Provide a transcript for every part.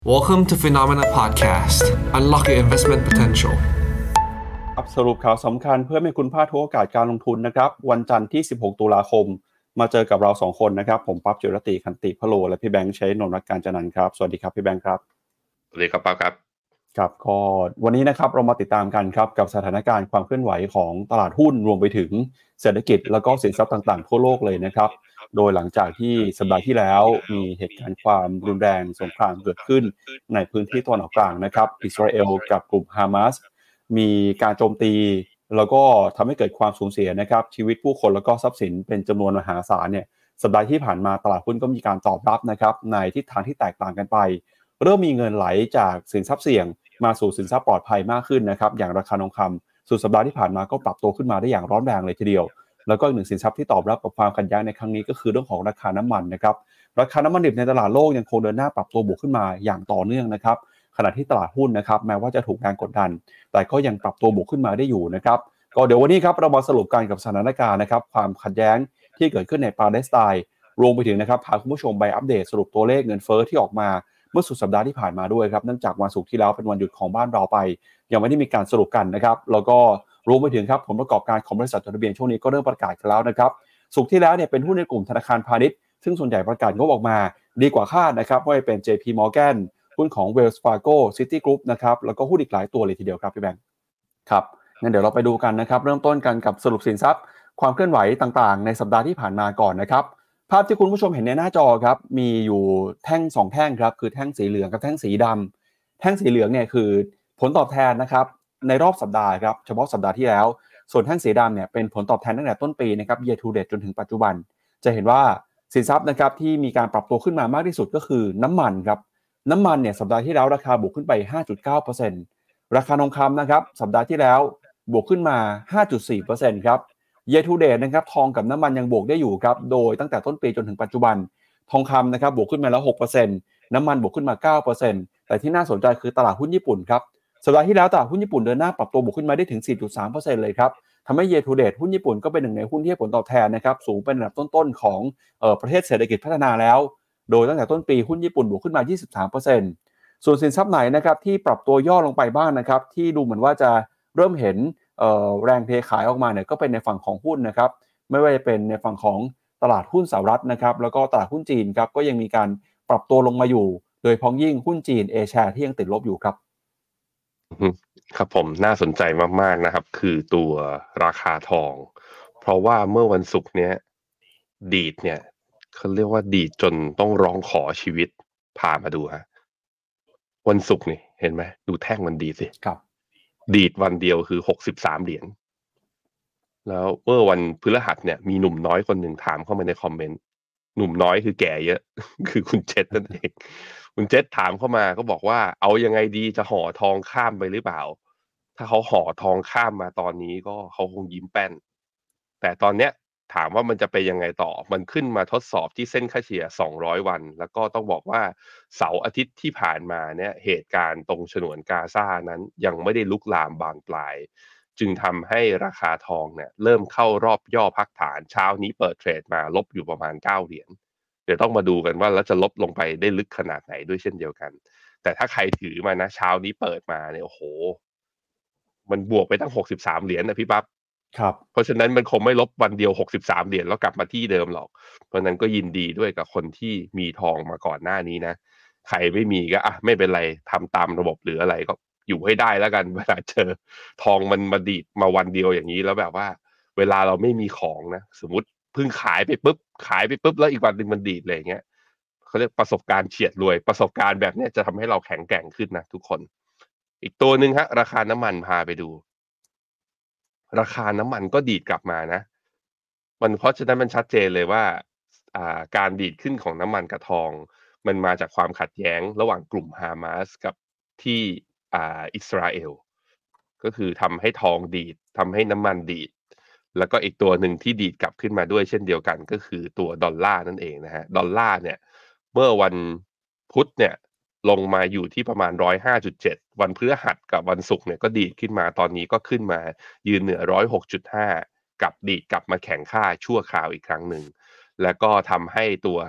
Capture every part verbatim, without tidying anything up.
Welcome to Phenomena Podcast. Unlock your investment potential. ครับสรุปข่าวสำคัญเพื่อให้คุณพลาดทุกโอกาสการลงทุนนะครับวันจันทร์ที่สิบหกตุลาคมมาเจอกับเราสองคนนะครับผมปั๊บจิรติขันติพโลและพี่แบงค์ชัยนนท์รักการจนันท์ครับสวัสดีครับพี่แบงค์ครับสวัสดีครับปั๊บครับครับก็วันนี้นะครับเรามาติดตามกันครับกับสถานการณ์ความเคลื่อนไหวของตลาดหุ้นรวมไปถึงเศรษฐกิจแล้วก็สินทรัพย์ต่างๆทั่วโลกเลยนะครับโดยหลังจากที่สัปดาห์ที่แล้วมีเหตุการณ์ความรุนแรงสงครามเกิดขึ้นในพื้นที่ตะวันออกกลางนะครับอิสราเอลกับกลุ่มฮามาสมีการโจมตีแล้วก็ทำให้เกิดความสูญเสียนะครับชีวิตผู้คนแล้วก็ทรัพย์สินเป็นจำนวนมหาศาลเนี่ยสัปดาห์ที่ผ่านมาตลาดหุ้นก็มีการตอบรับนะครับในทิศทางที่แตกต่างกันไปเริ่มมีเงินไหลจากสินทรัพย์เสี่ยงมาสู่สินทรัพย์ปลอดภัยมากขึ้นนะครับอย่างราคาทองคำสุดสัปดาห์ที่ผ่านมาก็ปรับตัวขึ้นมาได้อย่างร้อนแรงเลยทีเดียวแล้วก็อีกหนึ่งสินทรัพย์ที่ตอบรับกับความขัดแย้งในครั้งนี้ก็คือเรื่องของราคาน้ำมันนะครับราคาน้ำมันดิบในตลาดโลกยังคงเดินหน้าปรับตัวบวกขึ้นมาอย่างต่อเนื่องนะครับขณะที่ตลาดหุ้นนะครับแม้ว่าจะถูกแรงกดดันแต่ก็ยังปรับตัวบวกขึ้นมาได้อยู่นะครับก็เดี๋ยววันนี้ครับเรามาสรุปกันกับสถานการณ์นะครับความขัดแย้งที่เกิดขึ้นในปาเลสไตน์รวมไปถึงนะครับพาคุณผู้ชมไปอัปเดตสรุปตัวเลขเงินเฟ้อที่ออกมาเมื่อสุดสัปดาห์ที่ผ่านมาด้วยครับเนื่องจากวันศุกร์ที่แล้วเป็นวันหยุดของบ้านเราไปยังไม่ได้มีการสรุปกันนะครับแล้วก็รวมไปถึงครับผลประกอบการของบริษัทจดทะเบียนช่วงนี้ก็เริ่มประกาศกันแล้วนะครับศุกร์ที่แล้วเนี่ยเป็นหุ้นในกลุ่มธนาคารพาณิชย์ซึ่งส่วนใหญ่ประกาศงบออกมาดีกว่าคาดนะครับว่าจะเป็น เจ พี Morgan หุ้นของ Wells Fargo Citigroup นะครับแล้วก็หุ้นอีกหลายตัวเลยทีเดียวครับพี่แบงค์ครับงั้นเดี๋ยวเราไปดูกันนะครับเริ่มต้นกันกับสรุปสินทรัพย์ความเคลื่อนไหวต่างๆในสัปดาห์ที่ผ่านมาก่อนนะครับภาพที่คุณผู้ชมเห็นในหน้าจอครับมีอยู่แท่งสองแท่งครับคือแท่งสีเหลืองกับแท่งสีดำแท่งสีเหลืองเนี่ยคือผลตอบแทนนะครับในรอบสัปดาห์ครับเฉพาะสัปดาห์ที่แล้วส่วนแท่งสีดำเนี่ยเป็นผลตอบแทนตั้งแต่ต้นปีนะครับ year to date จนถึงปัจจุบันจะเห็นว่าสินทรัพย์นะครับที่มีการปรับตัวขึ้นมามากที่สุดก็คือน้ำมันครับน้ำมันเนี่ยสัปดาห์ที่แล้วราคาบวกขึ้นไป ห้าจุดเก้าเปอร์เซ็นต์ ราคาทองคำนะครับสัปดาห์ที่แล้วบวกขึ้นมา ห้าจุดสี่เปอร์เซ็นต์ ครับ year to date นะครับทองกับน้ำมันยังบวกได้อยู่ครับโดยตั้งแต่ต้นปีจนถึงปัจจุบันทองคำนะครับบวกขึ้นมาแล้ว หกเปอร์เซ็นต์ น้ำมันบวกขึ้นมา เก้าเปอร์เซ็นต์ แต่ที่น่าสนใจคือตลาดหุ้นญี่ปุ่นครับสัปดาห์ที่แล้วตลาดหุ้นญี่ปุ่นเดินหน้าปรับตัวบวกขึ้นมาได้ถึง สี่จุดสามเปอร์เซ็นต์ เลยครับทำให้ year to date หุ้นญี่ปุ่นก็เป็นหนึ่งในหุ้นที่ให้ผลตอบแทนนะครับสูงเป็นอันดับต้นๆของเอ่อประเทศเศรษฐกิจพัฒนาแล้วโดยตั้งแต่ต้นปีหุ้นญี่ปุ่นบวกขึ้นมา ยี่สิบสามเปอร์เซ็นต์ ส่วนสินทรัพย์ไหนนะครับที่ปรับตัวย่อลงไปบ้าง นะครับที่ดูเหมือนว่าจะเริ่มเห็นเอ่อแรงเทขายออกมาเนี่ยก็เป็นในฝั่งของหุ้นนะครับไม่ว่าจะเป็นในฝั่งของตลาดหุ้นสหรัฐนะครับแล้วก็ตลาดหุ้นจีนครับก็ยังมีการปรับตัวลงมาอยู่โดยพ้องยิ่งหุ้นจีน A share ที่ยังติดลบอยู่ครับครับผมน่าสนใจมากๆนะครับคือตัวราคาทองเพราะว่าเมื่อวันศุกร์เนี้ยดีดเนี่ยเขาเรียกว่าดีดจนต้องร้องขอชีวิตพามาดูฮะวันศุกร์นี่เห็นไหมดูแท่งมันดีสิครับดีดวันเดียวคือหกสิบสามเหรียญแล้วเมื่อวันพฤหัสเนี่ยมีหนุ่มน้อยคนหนึ่งถามเข้ามาในคอมเมนต์หนุ่มน้อยคือแก่เยอะ คือคุณเจษนั่นเองคุณเจษถามเข้ามาก็บอกว่าเอายังไงดีจะห่อทองข้ามไปหรือเปล่าถ้าเขาห่อทองข้ามมาตอนนี้ก็เขาคงยิ้มแป้นแต่ตอนเนี้ยถามว่ามันจะไปยังไงต่อมันขึ้นมาทดสอบที่เส้นค่าเฉลี่ยสองร้อยวันแล้วก็ต้องบอกว่าเสาร์อาทิตย์ที่ผ่านมาเนี่ยเหตุการณ์ตรงฉนวนกาซานั้นยังไม่ได้ลุกลามบานปลายจึงทำให้ราคาทองเนี่ยเริ่มเข้ารอบย่อพักฐานเช้านี้เปิดเทรดมาลบอยู่ประมาณเก้าเหรียญเดี๋ยวต้องมาดูกันว่าแล้วจะลบลงไปได้ลึกขนาดไหนด้วยเช่นเดียวกันแต่ถ้าใครถือมานะเช้านี้เปิดมาเนี่ยโอ้โหมันบวกไปตั้งหกสิบสามเหรียญนะพี่ปั๊บครับเพราะฉะนั้นมันคงไม่ลบวันเดียวหกสิบสามเหรียญแล้วกลับมาที่เดิมหรอกเพราะนั้นก็ยินดีด้วยกับคนที่มีทองมาก่อนหน้านี้นะใครไม่มีก็อ่ะไม่เป็นไรทำตามระบบหรืออะไรก็อยู่ให้ได้แล้วกันเวลาเจอทองมันมาดีดมาวันเดียวอย่างนี้แล้วแบบว่าเวลาเราไม่มีของนะสมมุติเพิ่งขายไปปุ๊บขายไปปุ๊บแล้วอีกวันนึงมันดีดเลยอย่างเงี้ยเขาเรียกประสบการณ์เฉียดรวยประสบการณ์แบบนี้จะทำให้เราแข็งแกร่งขึ้นนะทุกคนอีกตัวนึงฮะราคาน้ำมันพาไปดูราคาน้ำมันก็ดีดกลับมานะมันเพราะฉะนั้นมันชัดเจนเลยว่าอ่าการดีดขึ้นของน้ำมันกับทองมันมาจากความขัดแย้งระหว่างกลุ่มฮามาสกับที่อ่าอิสราเอลก็คือทำให้ทองดีดทำให้น้ำมันดีดแล้วก็อีกตัวหนึ่งที่ดีดกลับขึ้นมาด้วยเช่นเดียวกันก็คือตัวดอลลาร์นั่นเองนะฮะดอลลาร์เนี่ยเมื่อวันพุธเนี่ยลงมาอยู่ที่ประมาณหนึ่งร้อยห้าจุดเจ็ดวันพฤหัสกับวันศุกร์เนี่ยก็ดีดขึ้นมาตอนนี้ก็ขึ้นมายืนเหนือหนึ่งร้อยหกจุดห้ากับดีดกลับมาแข็งค่าชั่วคราวอีกครั้งหนึ่งแล้วก็ทำให้ตัว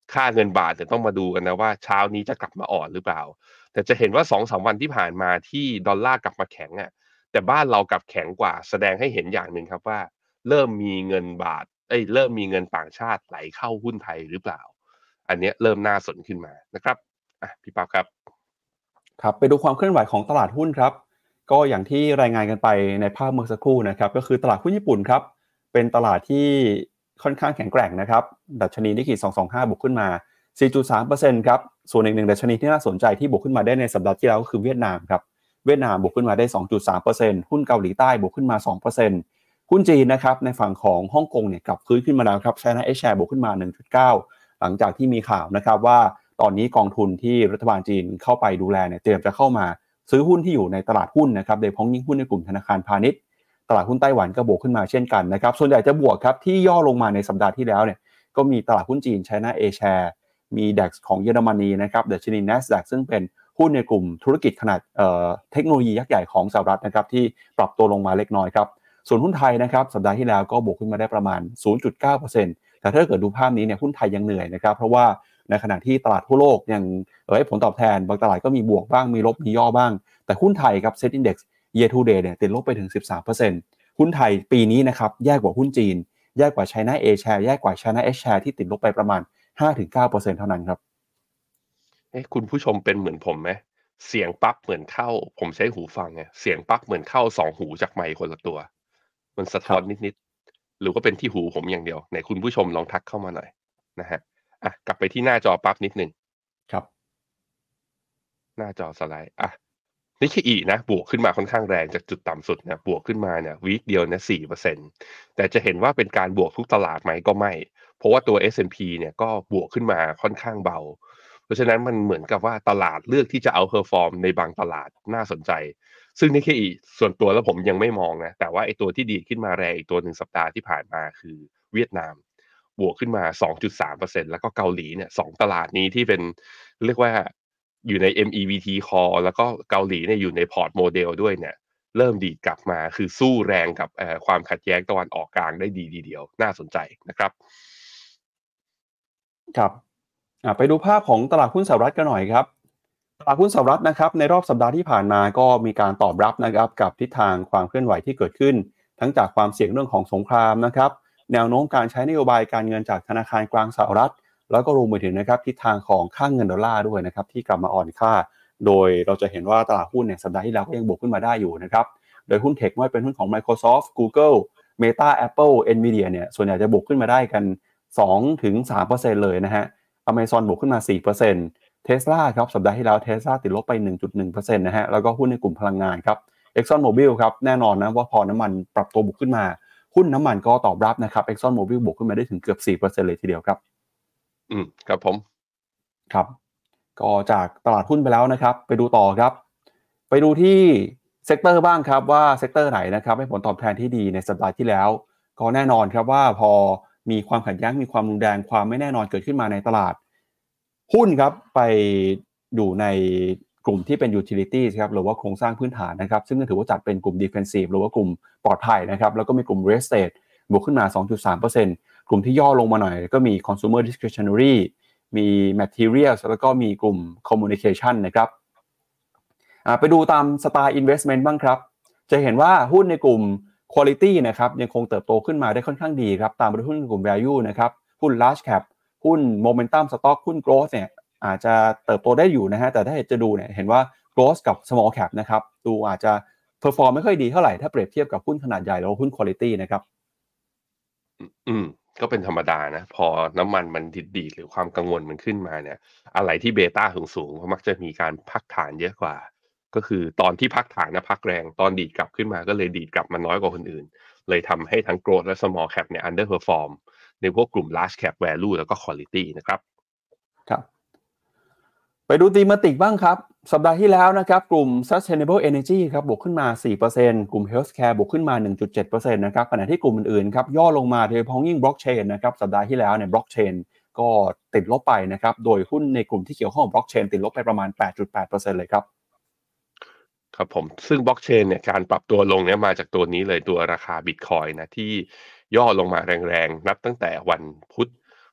ค่าเงินบาทเนี่ยต้องมาดูกันนะว่าเช้านี้จะกลับมาอ่อนหรือเปล่าแต่จะเห็นว่า สองถึงสาม วันที่ผ่านมาที่ดอลลาร์กลับมาแข็งอะแต่บ้านเรากลับแข็งกว่าแสดงให้เห็นอย่างหนึ่งครับว่าเริ่มมีเงินบาทเอ้ยเริ่มมีเงินต่างชาติไหลเข้าหุ้นไทยหรือเปล่าอันเนี้ยเริ่มน่าสนขึ้นมานะครับอ่ะพี่ปั๊บครับครับไปดูความเคลื่อนไหวของตลาดหุ้นครับก็อย่างที่รายงานกันไปในภาพเมื่อสักครู่นะครับก็คือตลาดหุ้นญี่ปุ่นครับเป็นตลาดที่ค่อนข้างแข็งแกร่งนะครับดัชนีนิกเกิลสองสองห้าบวกขึ้นมา สี่จุดสามเปอร์เซ็นต์ ครับส่วนอีกหนึ่งดัชนีที่น่าสนใจที่บวกขึ้นมาได้ในสัปดาห์ที่แล้วก็คือเวียดนามครับเวียดนามบวกขึ้นมาได้ สองจุดสามเปอร์เซ็นต์ หุ้นเกาหลีใต้บวกขึ้นมา สองเปอร์เซ็นต์ หุ้นจีนนะครับในฝั่งของฮ่องกงเนี่ยกลับฟื้นขึ้นมาแล้วครับ China A Share บวกขึ้นมา หนึ่งจุดเก้า หลังจากที่มีข่าวนะครับว่าตอนนี้กองทุนที่รัฐบาลจีนเข้าไปดูแลเนี่ยเตรียมจะเข้ามาซื้อหุ้นที่อยู่ในตลาดหุ้นนะครับโดยเฉพาะยิ่งหุ้นในกลุ่มธนาคารพาณิชย์ตลาดหุ้นไต้หวันก็บวกขึ้นมาเช่นกันนะครับส่วนใหญ่จะบวกครับที่ย่อลงมาในสัปดาห์ที่แล้วเนี่ยก็มีตลาดหุ้นจีน China A Share มี ดัค ของเยอรมนีนะครับดัชนี NASDAQ ซึ่งเป็นหุ้นในกลุ่มธุรกิจขนาดเอ่อเทคโนโลยียักษ์ใหญ่ของสหรัฐนะครับที่ปรับตัวลงมาเล็กน้อยครับส่วนหุ้นไทยนะครับสัปดาห์ที่แล้วก็บวกขึ้นมาได้ประมาณ ศูนย์จุดเก้าเปอร์เซ็นต์ แต่ถ้าเกิดดูภาพนี้เนี่ยหุ้นไทยยังเหนื่อยนะครับเพราะว่าในขณะที่ตลาดทั่วโลกยังเอ่อให้ผลตอบแทนบางตลาดก็มีบวกบ้างมีลบมีย่อบ้างแต่หุ้นไทยครับ Set Index Year to Date เนี่ยติดลบไปถึง สิบสามเปอร์เซ็นต์ หุ้นไทยปีนี้นะครับแย่กว่าหุ้นจีนแย่กว่า China A Share แย่กว่า China H Share ที่ติดลบไปประมาณ ห้าถึงเก้าเปอร์เซ็นต์ เท่านั้นครับเอ๊ะคุณผู้ชมเป็นเหมือนผมไหมเสียงปั๊บเหมือนเข้าผมใช้หูฟังไงเสียงปั๊บเหมือนเข้าสองหูจากไมค์คนละตัวมันสะท้อนนิดๆหรือว่าเป็นที่หูผมอย่างเดียวไหนคุณผู้ชมลองทักเข้ามาหน่อยนะฮะอ่ะกลับไปที่หน้าจอปั๊บนิดหนึ่งครับหน้าจอสไลด์อ่ะนิเคอีนะบวกขึ้นมาค่อนข้างแรงจากจุดต่ำสุดเนี่ยบวกขึ้นมาเนี่ยวีคเดียวเนี่ยสี่เปอร์เซ็นต์แต่จะเห็นว่าเป็นการบวกทุกตลาดไหมก็ไม่เพราะว่าตัว เอส แอนด์ พี เนี่ยก็บวกขึ้นมาค่อนข้างเบาเพราะฉะนั้นมันเหมือนกับว่าตลาดเลือกที่จะเอาเพอร์ฟอร์มในบางตลาดน่าสนใจซึ่งนิเคอีส่วนตัวแล้วผมยังไม่มองนะแต่ว่าไอ้ตัวที่ดีดขึ้นมาแรงอีกตัวหนึ่งสัปดาห์ที่ผ่านมาคือเวียดนามบวกขึ้นมา สองจุดสามเปอร์เซ็นต์ แล้วก็เกาหลีเนี่ยสองตลาดนี้ที่เป็นเรียกว่า อยู่ใน เอ็ม อี วี ที Core แล้วก็เกาหลีเนี่ยอยู่ในพอร์ตโมเดลด้วยเนี่ยเริ่มดีดกลับมาคือสู้แรงกับความขัดแย้งตะวันออกกลางได้ดีทีเดียวน่าสนใจนะครับครับไปดูภาพของตลาดหุ้นสหรัฐกันหน่อยครับตลาดหุ้นสหรัฐนะครับในรอบสัปดาห์ที่ผ่านมาก็มีการตอบรับนะครับกับทิศทางความเคลื่อนไหวที่เกิดขึ้นทั้งจากความเสี่ยงเรื่องของสงครามนะครับแนวโน้มการใช้นโยบายการเงินจากธนาคารกลางสหรัฐแล้วก็รวมไปถึงนะครับทิศทางของค่าเงินดอลลาร์ด้วยนะครับที่กลับมาอ่อนค่าโดยเราจะเห็นว่าตลาดหุ้นเนี่ยสัปดาห์ที่แล้วก็ยังบวกขึ้นมาได้อยู่นะครับโดยหุ้นเทคไม่เป็นหุ้นของ Microsoft Google Meta Apple Nvidia เนี่ยส่วนใหญ่จะบวกขึ้นมาได้กัน สองถึงสามเปอร์เซ็นต์ เลยนะฮะ Amazon บวกขึ้นมา สี่เปอร์เซ็นต์ Tesla ครับสัปดาห์ที่แล้ว Tesla ติดลบไป หนึ่งจุดหนึ่งเปอร์เซ็นต์ นะฮะแล้วก็หุ้นในกลุ่มพลังงานครับ ExxonMobil ครับแน่นอนนะว่าพอน้ำมันปรับตัวบวกขึ้นมาหุ้นน้ำมันก็ตอบรับนะครับ ExxonMobil บวกขึ้นมาได้ถึงเกือบ สี่เปอร์เซ็นต์ เลยทีเดียวครับอืมครับผมครับก็จากตลาดหุ้นไปแล้วนะครับไปดูต่อครับไปดูที่เซกเตอร์บ้างครับว่าเซกเตอร์ไหนนะครับให้ผลตอบแทนที่ดีในสัปดาห์ที่แล้วก็แน่นอนครับว่าพอมีความขัดแย้งมีความรุนแรงความไม่แน่นอนเกิดขึ้นมาในตลาดหุ้นครับไปอยู่ในกลุ่มที่เป็น utilities ครับหรือว่าโครงสร้างพื้นฐานนะครับซึ่งก็ถือว่าจัดเป็นกลุ่ม defensive หรือว่ากลุ่มปลอดภัยนะครับแล้วก็มีกลุ่ม real estate บวกขึ้นมา สองจุดสามเปอร์เซ็นต์ กลุ่มที่ย่อลงมาหน่อยก็มี consumer discretionary มี materials แล้วก็มีกลุ่ม communication นะครับไปดูตามสไตล์ investment บ้างครับจะเห็นว่าหุ้นในกลุ่ม quality นะครับยังคงเติบโตขึ้นมาได้ค่อนข้างดีครับตามไปด้วยหุ้นในกลุ่ม value นะครับหุ้น large cap หุ้น momentum stock หุ้น growth เนี่ยอาจจะเติบโตได้อยู่นะฮะแต่ถ้าจะดูเนี่ยเห็นว่า growth กับ small cap นะครับดูอาจจะ perform ไม่ค่อยดีเท่าไหร่ถ้าเปรียบเทียบกับหุ้นขนาดใหญ่แล้วหุ้น quality นะครับอืมก็เป็นธรรมดานะพอน้ำมันมันดีดๆหรือความกังวลมันขึ้นมาเนี่ยอะไรที่เบต้าสูงๆก็มักจะมีการพักฐานเยอะกว่าก็คือตอนที่พักฐานนะพักแรงตอนดีดกลับขึ้นมาก็เลยดีดกลับมาน้อยกว่าคนอื่นเลยทำให้ทั้ง growth และ small cap เนี่ย underperform ในพวกกลุ่ม large cap value แล้วก็ quality นะครับครับไปดูธีมติกบ้างครับสัปดาห์ที่แล้วนะครับกลุ่ม sustainable energy ครับบวกขึ้นมา สี่เปอร์เซ็นต์ กลุ่ม healthcare บวกขึ้นมา หนึ่งจุดเจ็ดเปอร์เซ็นต์ นะครับขณะที่กลุ่มอื่นๆครับย่อลงมาโดยเฉพาะยิ่ง blockchain นะครับสัปดาห์ที่แล้วเนี่ย blockchain ก็ติดลบไปนะครับโดยหุ้นในกลุ่มที่เกี่ยวข้องกับ blockchain ติดลบไปประมาณ แปดจุดแปดเปอร์เซ็นต์ เลยครับครับผมซึ่งบล็อกเชนเนี่ยการปรับตัวลงเนี่ยมาจากตัวนี้เลยตัวราคาบิตคอยนะที่ย่อลงมาแรงๆนับตั้งแต่วันพุธป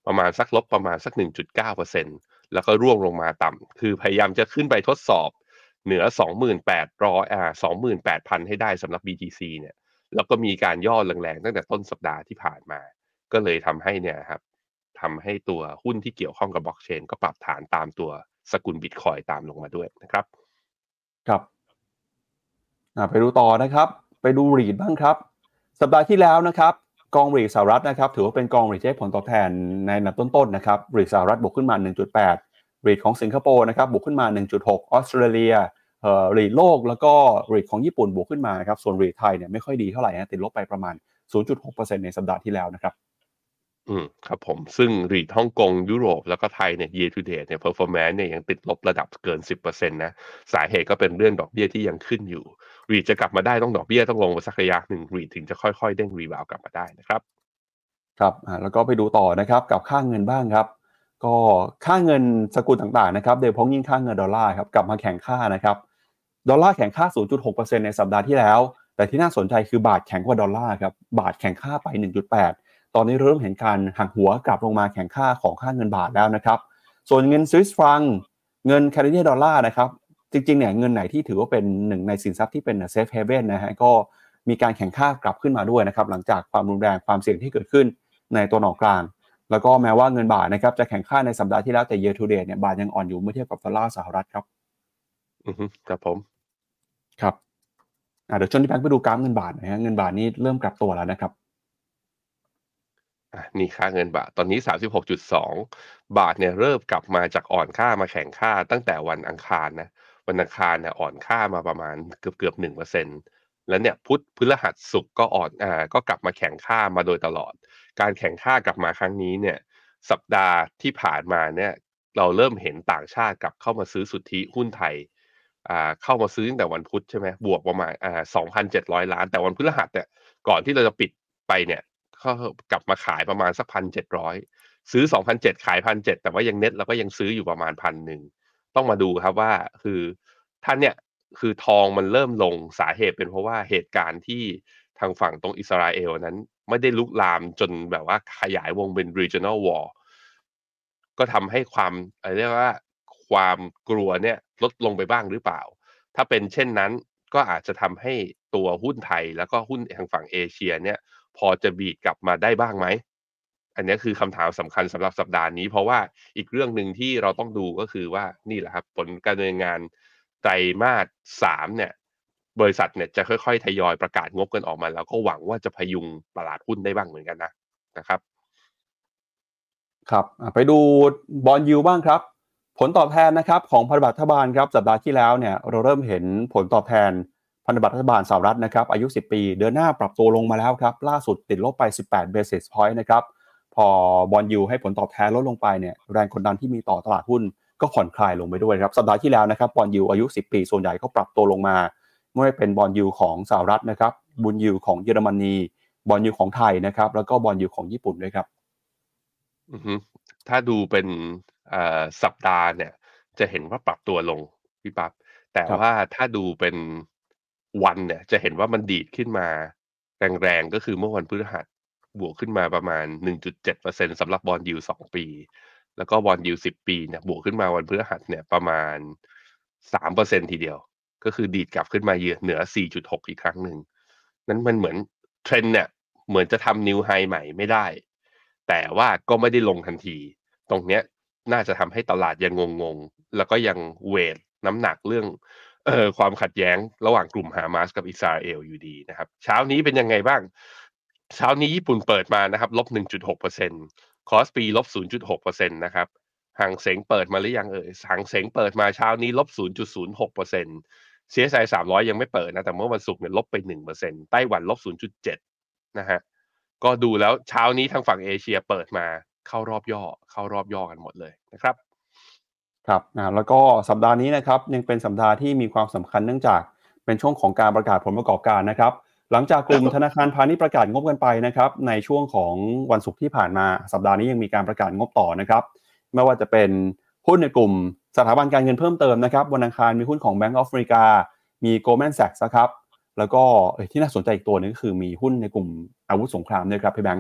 ประมาณสักลบประมาณสัก หนึ่งจุดเก้าเปอร์เซ็นต์ แล้วก็ร่วงลงมาต่ำคือพยายามจะขึ้นไปทดสอบเหนือ สองพันแปดร้อย อ่า สองหมื่นแปดพัน ให้ได้สำหรับ บี ที ซี เนี่ยแล้วก็มีการย่อแรงๆตั้งแต่ต้นสัปดาห์ที่ผ่านมาก็เลยทำให้เนี่ยครับทำให้ตัวหุ้นที่เกี่ยวข้องกับบล็อกเชนก็ปรับฐานตามตัวสกุลบิตคอยน์ตามลงมาด้วยนะครับครับไปดูต่อนะครับไปดูรีทบ้างครับสัปดาห์ที่แล้วนะครับกองรีทสหรัฐนะครับถือว่าเป็นกองรีทที่ให้ผลตอบแทนในอันดับต้นๆนะครับรีทสหรัฐบวกขึ้นมา หนึ่งจุดแปด รีทของสิงคโปร์นะครับบวกขึ้นมา หนึ่งจุดหก ออสเตรเลียเอ่อรีทโลกแล้วก็รีทของญี่ปุ่นบวกขึ้นมาครับส่วนรีทไทยเนี่ยไม่ค่อยดีเท่าไหร่นะติดลบไปประมาณ ศูนย์จุดหกเปอร์เซ็นต์ ในสัปดาห์ที่แล้วนะครับอืมครับผมซึ่งรีทฮ่องกงยุโรปแล้วก็ไทยเนี่ย year to date เนี่ย performance เนี่ยยังติดลบระดับเกิน สิบเปอร์เซ็นต์ นะสาเหตุก็เป็นเรื่องดอกเบี้ยที่ยังขึ้นอยู่รีทจะกลับมาได้ต้องดอกเบี้ยต้องลงมาสักระยะหนึ่งรีทถึงจะค่อยๆเด้งรีบาวกลับมาได้นะครับครับอ่าแล้วก็ไปดูต่อนะครับกับค่าเงินบ้างครับก็ค่าเงินสกุลต่างๆนะครับโดยเฉพาะยิ่งค่าเงินดอลลาร์ครับกลับมาแข็งค่านะครับดอลลาร์แข็งค่า ศูนย์จุดหกเปอร์เซ็นต์ ในสัปดาห์ที่แล้วแต่ที่น่าสนใจคือบาทแข็งกว่าดอลลาร์ครับบาทแข็งค่าไป หนึ่งจุดแปด ตอนนี้เริ่มเห็นการหักหัวกลับลงมาแข็งค่าของค่าเงินบาทแล้วนะครับส่วนเงินสวิสฟรังเงินแคนาเดียนดอลลาร์นะครับจริงๆเนี่ยเงินไหนที่ถือว่าเป็นหนึ่งในสินทรัพย์ที่เป็นเซฟเฮเว่นนะฮะก็มีการแข็งค่ากลับขึ้นมาด้วยนะครับหลังจากความรุนแรงความเสี่ยงที่เกิดขึ้นในตัวหนอกกลางแล้วก็แม้ว่าเงินบาทนะครับจะแข็งค่าในสัปดาห์ที่แล้วแต่ year to date เนี่ยบาทยังอ่อนอยู่เมื่อเทียบกับดอลลาร์สหรัฐครับอือฮึครับผมครับอ่าเดี๋ยวชวนที่แบงค์ไปดูกราฟเงินบาทนะฮะเงินบาทนี่เริ่มกลับตัวแล้วนะครับอ่ะนี่ค่าเงินบาทตอนนี้ สามสิบหกจุดสอง บาทเนี่ยเริ่มกลับมาจากอ่อนค่ามาแข็งค่าตั้งแต่วันอังคารนะวันอังคารเนี่ยอ่อนค่ามาประมาณเกือบๆ หนึ่งเปอร์เซ็นต์ แล้วเนี่ยพุธพฤหัสศุกร์ก็อ่อนอ่าก็กลับมาแข็งค่ามาโดยตลอดการแข็งค่ากลับมาครั้งนี้เนี่ยสัปดาห์ที่ผ่านมาเนี่ยเราเริ่มเห็นต่างชาติกลับเข้ามาซื้อสุทธิหุ้นไทยอ่าเข้ามาซื้อตั้งแต่วันพุธใช่ไหมบวกประมาณอ่า สองพันเจ็ดร้อย ล้านแต่วันพฤหัสเนี่ยก่อนที่เราจะปิดไปเนี่ยก็กลับมาขายประมาณสัก หนึ่งพันเจ็ดร้อย ซื้อ สองพันเจ็ดร้อย ขาย หนึ่งพันเจ็ดร้อย แต่ว่ายังเน็ตเราก็ยังซื้ออยู่ประมาณ หนึ่งพัน ต้องมาดูครับว่าคือท่านเนี่ยคือทองมันเริ่มลงสาเหตุเป็นเพราะว่าเหตุการณ์ที่ทางฝั่งตรงอิสราเอลนั้นไม่ได้ลุกลามจนแบบว่าขยายวงเป็น regional war ก็ทำให้ความเรียกว่าความกลัวเนี่ยลดลงไปบ้างหรือเปล่าถ้าเป็นเช่นนั้นก็อาจจะทำให้ตัวหุ้นไทยแล้วก็หุ้นทางฝั่งเอเชียเนี่ยพอจะบีทกลับมาได้บ้างไหมอันนี้คือคำถามสำคัญสำหรับสัปดาห์นี้เพราะว่าอีกเรื่องหนึ่งที่เราต้องดูก็คือว่านี่แหละครับผลการดำเนินงานไตรมาสสามเนี่ยบริษัทเนี่ยจะค่อยๆทยอยประกาศงบกันออกมาแล้วก็หวังว่าจะพยุงตลาดหุ้นได้บ้างเหมือนกันนะนะครับครับไปดูบอนด์ยิลด์บ้างครับผลตอบแทนนะครับของพันธบัตรรัฐบาลครับสัปดาห์ที่แล้วเนี่ยเราเริ่มเห็นผลตอบแทนพันธบัตรรัฐบาลสหรัฐนะครับอายุสิบปีเดือนหน้าปรับตัวลงมาแล้วครับล่าสุดติดลบไปสิบแปด basis point นะครับพอบอนด์ยิลด์ให้ผลตอบแทนลดลงไปเนี่ยแรงกดดันที่มีต่อตลาดหุ้นก็ผ่อนคลายลงไปด้วยครับสัปดาห์ที่แล้วนะครับบอนด์ยิลด์อายุสิบปีส่วนใหญ่ก็ปรับตัวลงมาไม่ว่าเป็นบอนด์ยิลด์ของสหรัฐนะครับบอนด์ยิลด์ของเยอรมนีบอนด์ยิลด์ของไทยนะครับแล้วก็บอนด์ยิลด์ของญี่ปุ่นด้วยครับอือฮึถ้าดูเป็นเอ่อสัปดาห์เนี่ยจะเห็นว่าปรับตัวลงพี่ปั๊บแต่ครับว่าถ้าดูเป็นวันเนี่ยจะเห็นว่ามันดีดขึ้นมาแรงๆก็คือเมื่อวันพฤหัสบวกขึ้นมาประมาณ หนึ่งจุดเจ็ดเปอร์เซ็นต์ สำหรับบอนด์ยิลด์สองปีแล้วก็บอนด์ยิลด์สิบปีเนี่ยบวกขึ้นมาวันพฤหัสเนี่ยประมาณ สามเปอร์เซ็นต์ ทีเดียวก็คือดีดกลับขึ้นมาเหยือเหนือ สี่จุดหก อีกครั้งหนึ่งนั้นมันเหมือนเทรนด์เนี่ยเหมือนจะทำนิวไฮใหม่ไม่ได้แต่ว่าก็ไม่ได้ลงทันทีตรงเนี้ยน่าจะทำให้ตลาดยังงงๆแล้วก็ยังเวทน้ำหนักเรื่องเอ่อความขัดแย้งระหว่างกลุ่มฮามาสกับอิสราเอลอยู่ดีนะครับเช้านี้เป็นยังไงบ้างเช้านี้ญี่ปุ่นเปิดมานะครับลบ หนึ่งจุดหกเปอร์เซ็นต์ คอสปีลบ ศูนย์จุดหกเปอร์เซ็นต์ นะครับหางเส็งเปิดมาหรือยังเอ่ยหางเส็งเปิดมาเช้านี้ลบ ศูนย์จุดศูนย์หกเปอร์เซ็นต์ ซี เอส ไอ สามร้อยยังไม่เปิดนะแต่เมื่อวันศุกร์เนี่ยลบไป หนึ่งเปอร์เซ็นต์ ไต้หวันลบ ศูนย์จุดเจ็ด นะฮะก็ดูแล้วเช้านี้ทางฝั่งเอเชียเปิดมาเข้ารอบย่อเข้ารอบย่อกันหมดเลยนะครับครับนะแล้วก็สัปดาห์นี้นะครับยังเป็นสัปดาห์ที่มีความสำคัญเนื่องจากเป็นช่วงของการประกาศผลประกอบการนะครับหลังจากกลุ่มธนาคารพาณิชย์ประกาศงบกันไปนะครับในช่วงของวันศุกร์ที่ผ่านมาสัปดาห์นี้ยังมีการประกาศงบต่อนะครับไม่ว่าจะเป็นหุ้นในกลุ่มสถาบันการเงินเพิ่มเติมนะครับวันอังคารมีหุ้นของ Bank of America มี Goldman Sachs นะครับแล้วก็ที่น่าสนใจอีกตัวนึงก็คือมีหุ้นในกลุ่มอาวุธสงครามด้วยครับพี่แบงค์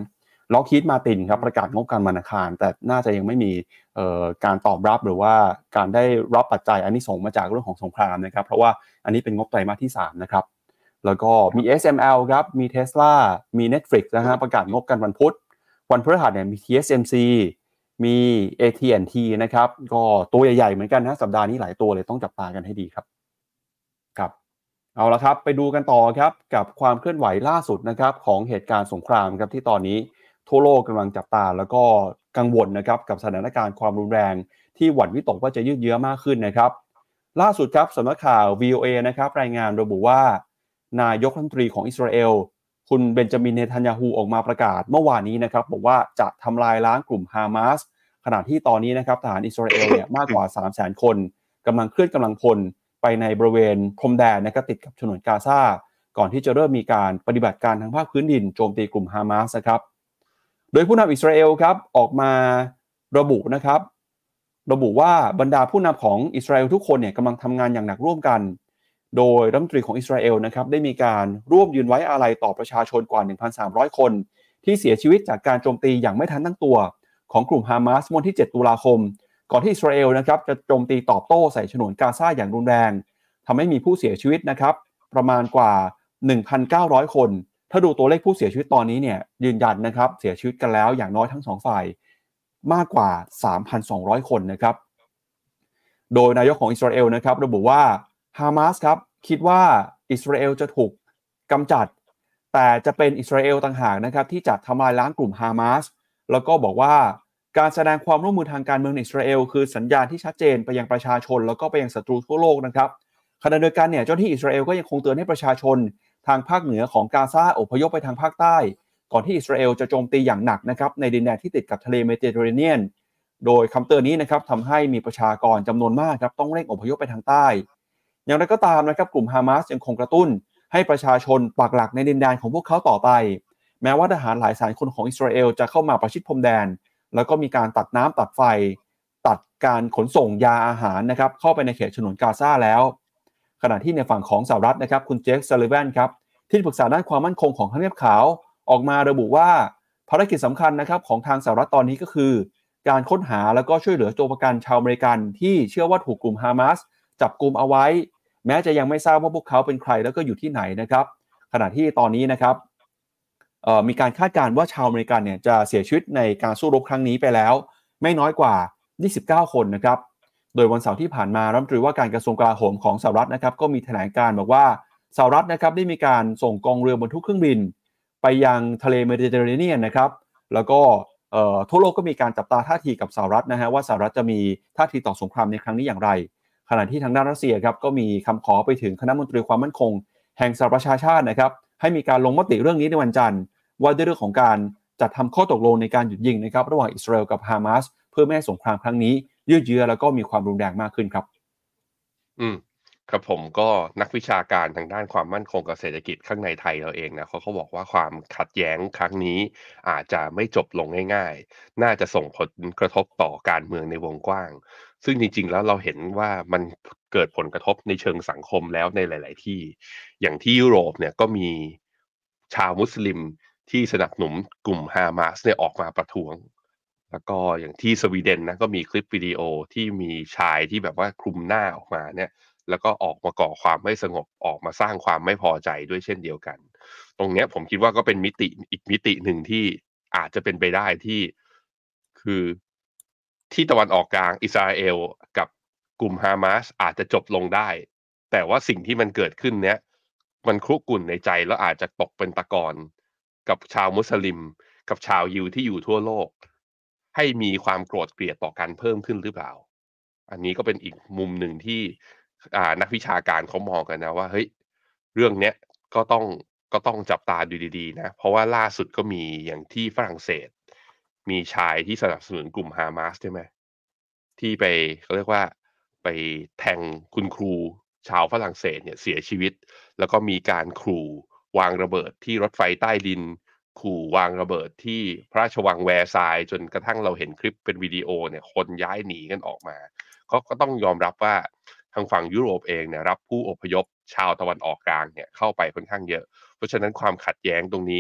ล็อกฮีดมาตินครับประกาศงบการวันอังคารแต่น่าจะยังไม่มีการตอบรับหรือว่าการได้รับปัจจัยอันนี้ส่งมาจากเรื่องของสงครามนะครับเพราะว่าอันนี้เป็นงบไตรมาสที่สามนะครับแล้วก็มี เอส เอ็ม แอล ครับมี Tesla มี Netflix นะฮะประกาศงบกันวันพุธวันพฤหัสเนี่ยมี ที เอส เอ็ม ซี มี เอ ที แอนด์ ที นะครับก็ตัวใหญ่ๆเหมือนกันนะสัปดาห์นี้หลายตัวเลยต้องจับตากันให้ดีครับครับเอาละครับไปดูกันต่อครับกับความเคลื่อนไหวล่าสุดนะครับของเหตุการณ์สงครามครับที่ตอนนี้ทั่วโลกกำลังจับตาแล้วก็กังวลนะครับกับสถานการณ์ความรุนแรงที่หวั่นวิตกว่าจะยืดเยื้อมากขึ้นนะครับล่าสุดครับสำนักข่าว วี โอ เอ นะครับรายงานระบุว่านายกรัฐมนตรีของอิสราเอลคุณเบนจามินเนทันยาฮูออกมาประกาศเมื่อวานนี้นะครับบอกว่าจะทำลายล้างกลุ่มฮามาสขณะที่ตอนนี้นะครับทหารอิสราเอลเนี่ยมากกว่า สามแสน คนกำลังเคลื่อนกำลังพลไปในบริเวณพรมแดนนะครับติดกับฉนวนกาซาก่อนที่จะเริ่มมีการปฏิบัติการทางภาคพื้นดินโจมตีกลุ่มฮามาสนะครับโดยผู้นำอิสราเอลครับออกมาระบุนะครับระบุว่าบรรดาผู้นำของอิสราเอลทุกคนเนี่ยกำลังทำงานอย่างหนักร่วมกันโดยรัฐมนตรีของอิสราเอลนะครับได้มีการร่วมยืนไว้อาลัยต่อประชาชนกว่า หนึ่งพันสามร้อย คนที่เสียชีวิตจากการโจมตีอย่างไม่ทันตั้งตัวของกลุ่มฮามาสวันที่เจ็ดตุลาคมก่อนที่อิสราเอลนะครับจะโจมตีตอบโต้ใส่ฉนวนกาซาอย่างรุนแรงทำให้มีผู้เสียชีวิตนะครับประมาณกว่า หนึ่งพันเก้าร้อย คนถ้าดูตัวเลขผู้เสียชีวิตตอนนี้เนี่ยยืนยันนะครับเสียชีวิตกันแล้วอย่างน้อยทั้งสองฝ่ายมากกว่า สามพันสองร้อย คนนะครับโดยนายกของอิสราเอลนะครับระบุว่าฮามาสครับคิดว่าอิสราเอลจะถูกกำจัดแต่จะเป็นอิสราเอลต่างหากนะครับที่จะทำลายล้างกลุ่มฮามาสแล้วก็บอกว่าการแสดงความร่วมมือทางการเมืองในอิสราเอลคือสัญญาณที่ชัดเจนไปยังประชาชนแล้วก็ไปยังศัตรูทั่วโลกนะครับขณะเดียวกันเนี่ยเจ้าหน้าที่อิสราเอลก็ยังคงเตือนให้ประชาชนทางภาคเหนือของกาซาอพยพไปทางภาคใต้ก่อนที่อิสราเอลจะโจมตีอย่างหนักนะครับในดินแดนที่ติดกับทะเลเมดิเตอร์เรเนียนโดยคำเตือนนี้นะครับทำให้มีประชากรจำนวนมากครับต้องเร่งอพยพไปทางใต้อย่างไรก็ตามนะครับกลุ่มฮามาสยังคงกระตุ้นให้ประชาชนปักหลักในดินแดนของพวกเขาต่อไปแม้ว่าทหารหลายแสนคนของอิสราเอลจะเข้ามาประชิดพรมแดนแล้วก็มีการตัดน้ำตัดไฟตัดการขนส่งยาอาหารนะครับเข้าไปในเขตฉนวนกาซาแล้วขณะที่ในฝั่งของสหรัฐนะครับคุณเจคซัลลิแวนครับที่ปรึกษาด้านความมั่นคงของทำเนียบขาวออกมาระบุว่าภารกิจสำคัญนะครับของทางสหรัฐตอนนี้ก็คือการค้นหาแล้วก็ช่วยเหลือตัวประกันชาวอเมริกันที่เชื่อว่าถูกกลุ่มฮามาสจับกุมเอาไว้แม้จะยังไม่ทราบว่าพวกเขาเป็นใครแล้วก็อยู่ที่ไหนนะครับขณะที่ตอนนี้นะครับมีการคาดการณ์ว่าชาวอเมริกันเนี่ยจะเสียชีวิตในการสู้รบครั้งนี้ไปแล้วไม่น้อยกว่ายี่สิบเก้าคนนะครับโดยวันเสาร์ที่ผ่านมารัฐมนตรีว่าการกระทรวงกลาโหมของสหรัฐนะครับก็มีแถลงการบอกว่าสหรัฐนะครับได้มีการส่งกองเรือบรรทุกเครื่องบินไปยังทะเลเมดิเตอร์เรเนียนนะครับแล้วก็ทั่วโลกก็มีการจับตาท่าทีกับสหรัฐนะฮะว่าสหรัฐจะมีท่าทีต่อสงครามในครั้งนี้อย่างไรขณะที่ทางด้านรัสเซียครับก็มีคำขอไปถึงคณะมนตรีความมั่นคงแห่งสหประชาชาตินะครับให้มีการลงมติเรื่องนี้ในวันจันทร์ว่าด้วยเรื่องของการจัดทำข้อตกลงในการหยุดยิงนะครับระหว่างอิสราเอลกับฮามาสเพื่อไม่ให้สงครามครั้งนี้ยืดเยื้อแล้วก็มีความรุนแรงมากขึ้นครับอืมครับผมก็นักวิชาการทางด้านความมั่นคงกับเศรษฐกิจข้างในไทยเราเองนะเขาเขาบอกว่าความขัดแย้งครั้งนี้อาจจะไม่จบลงง่ายๆน่าจะส่งผลกระทบต่อการเมืองในวงกว้างซึ่งจริงๆแล้วเราเห็นว่ามันเกิดผลกระทบในเชิงสังคมแล้วในหลายๆที่อย่างที่ยุโรปเนี่ยก็มีชาวมุสลิมที่สนับสนุนกลุ่มฮามาสเนี่ยออกมาประท้วงแล้วก็อย่างที่สวีเดนนะก็มีคลิปวิดีโอที่มีชายที่แบบว่าคลุมหน้าออกมาเนี่ยแล้วก็ออกมาก่อความไม่สงบออกมาสร้างความไม่พอใจด้วยเช่นเดียวกันตรงเนี้ยผมคิดว่าก็เป็นมิติอีกมิติหนึ่งที่อาจจะเป็นไปได้ที่คือที่ตะวันออกกลางอิสราเอลกับกลุ่มฮามาสอาจจะจบลงได้แต่ว่าสิ่งที่มันเกิดขึ้นเนี้ยมันครุกรุ่นในใจแล้วอาจจะตกเป็นตะกอนกับชาวมุสลิมกับชาวยิวที่อยู่ทั่วโลกให้มีความโกรธเกลียดต่อกันเพิ่มขึ้นหรือเปล่าอันนี้ก็เป็นอีกมุมหนึ่งที่อ่านักวิชาการเขามองกันนะว่าเฮ้ยเรื่องเนี้ยก็ต้องก็ต้องจับตาดูดีๆนะเพราะว่าล่าสุดก็มีอย่างที่ฝรั่งเศสมีชายที่สนับสนุนกลุ่มฮามาสใช่ไหมที่ไปเขาเรียกว่าไปแทงคุณครูชาวฝรั่งเศสเนี่ยเสียชีวิตแล้วก็มีการขู่วางระเบิดที่รถไฟใต้ดินขู่วางระเบิดที่พระราชวังแวร์ซายน์จนกระทั่งเราเห็นคลิปเป็นวิดีโอเนี่ยคนย้ายหนีกันออกมาก็ก็ต้องยอมรับว่าทางฝั่งยุโรปเองเนี่ยรับผู้อพยพชาวตะวันออกกลางเนี่ยเข้าไปค่อนข้างเยอะเพราะฉะนั้นความขัดแย้งตรงนี้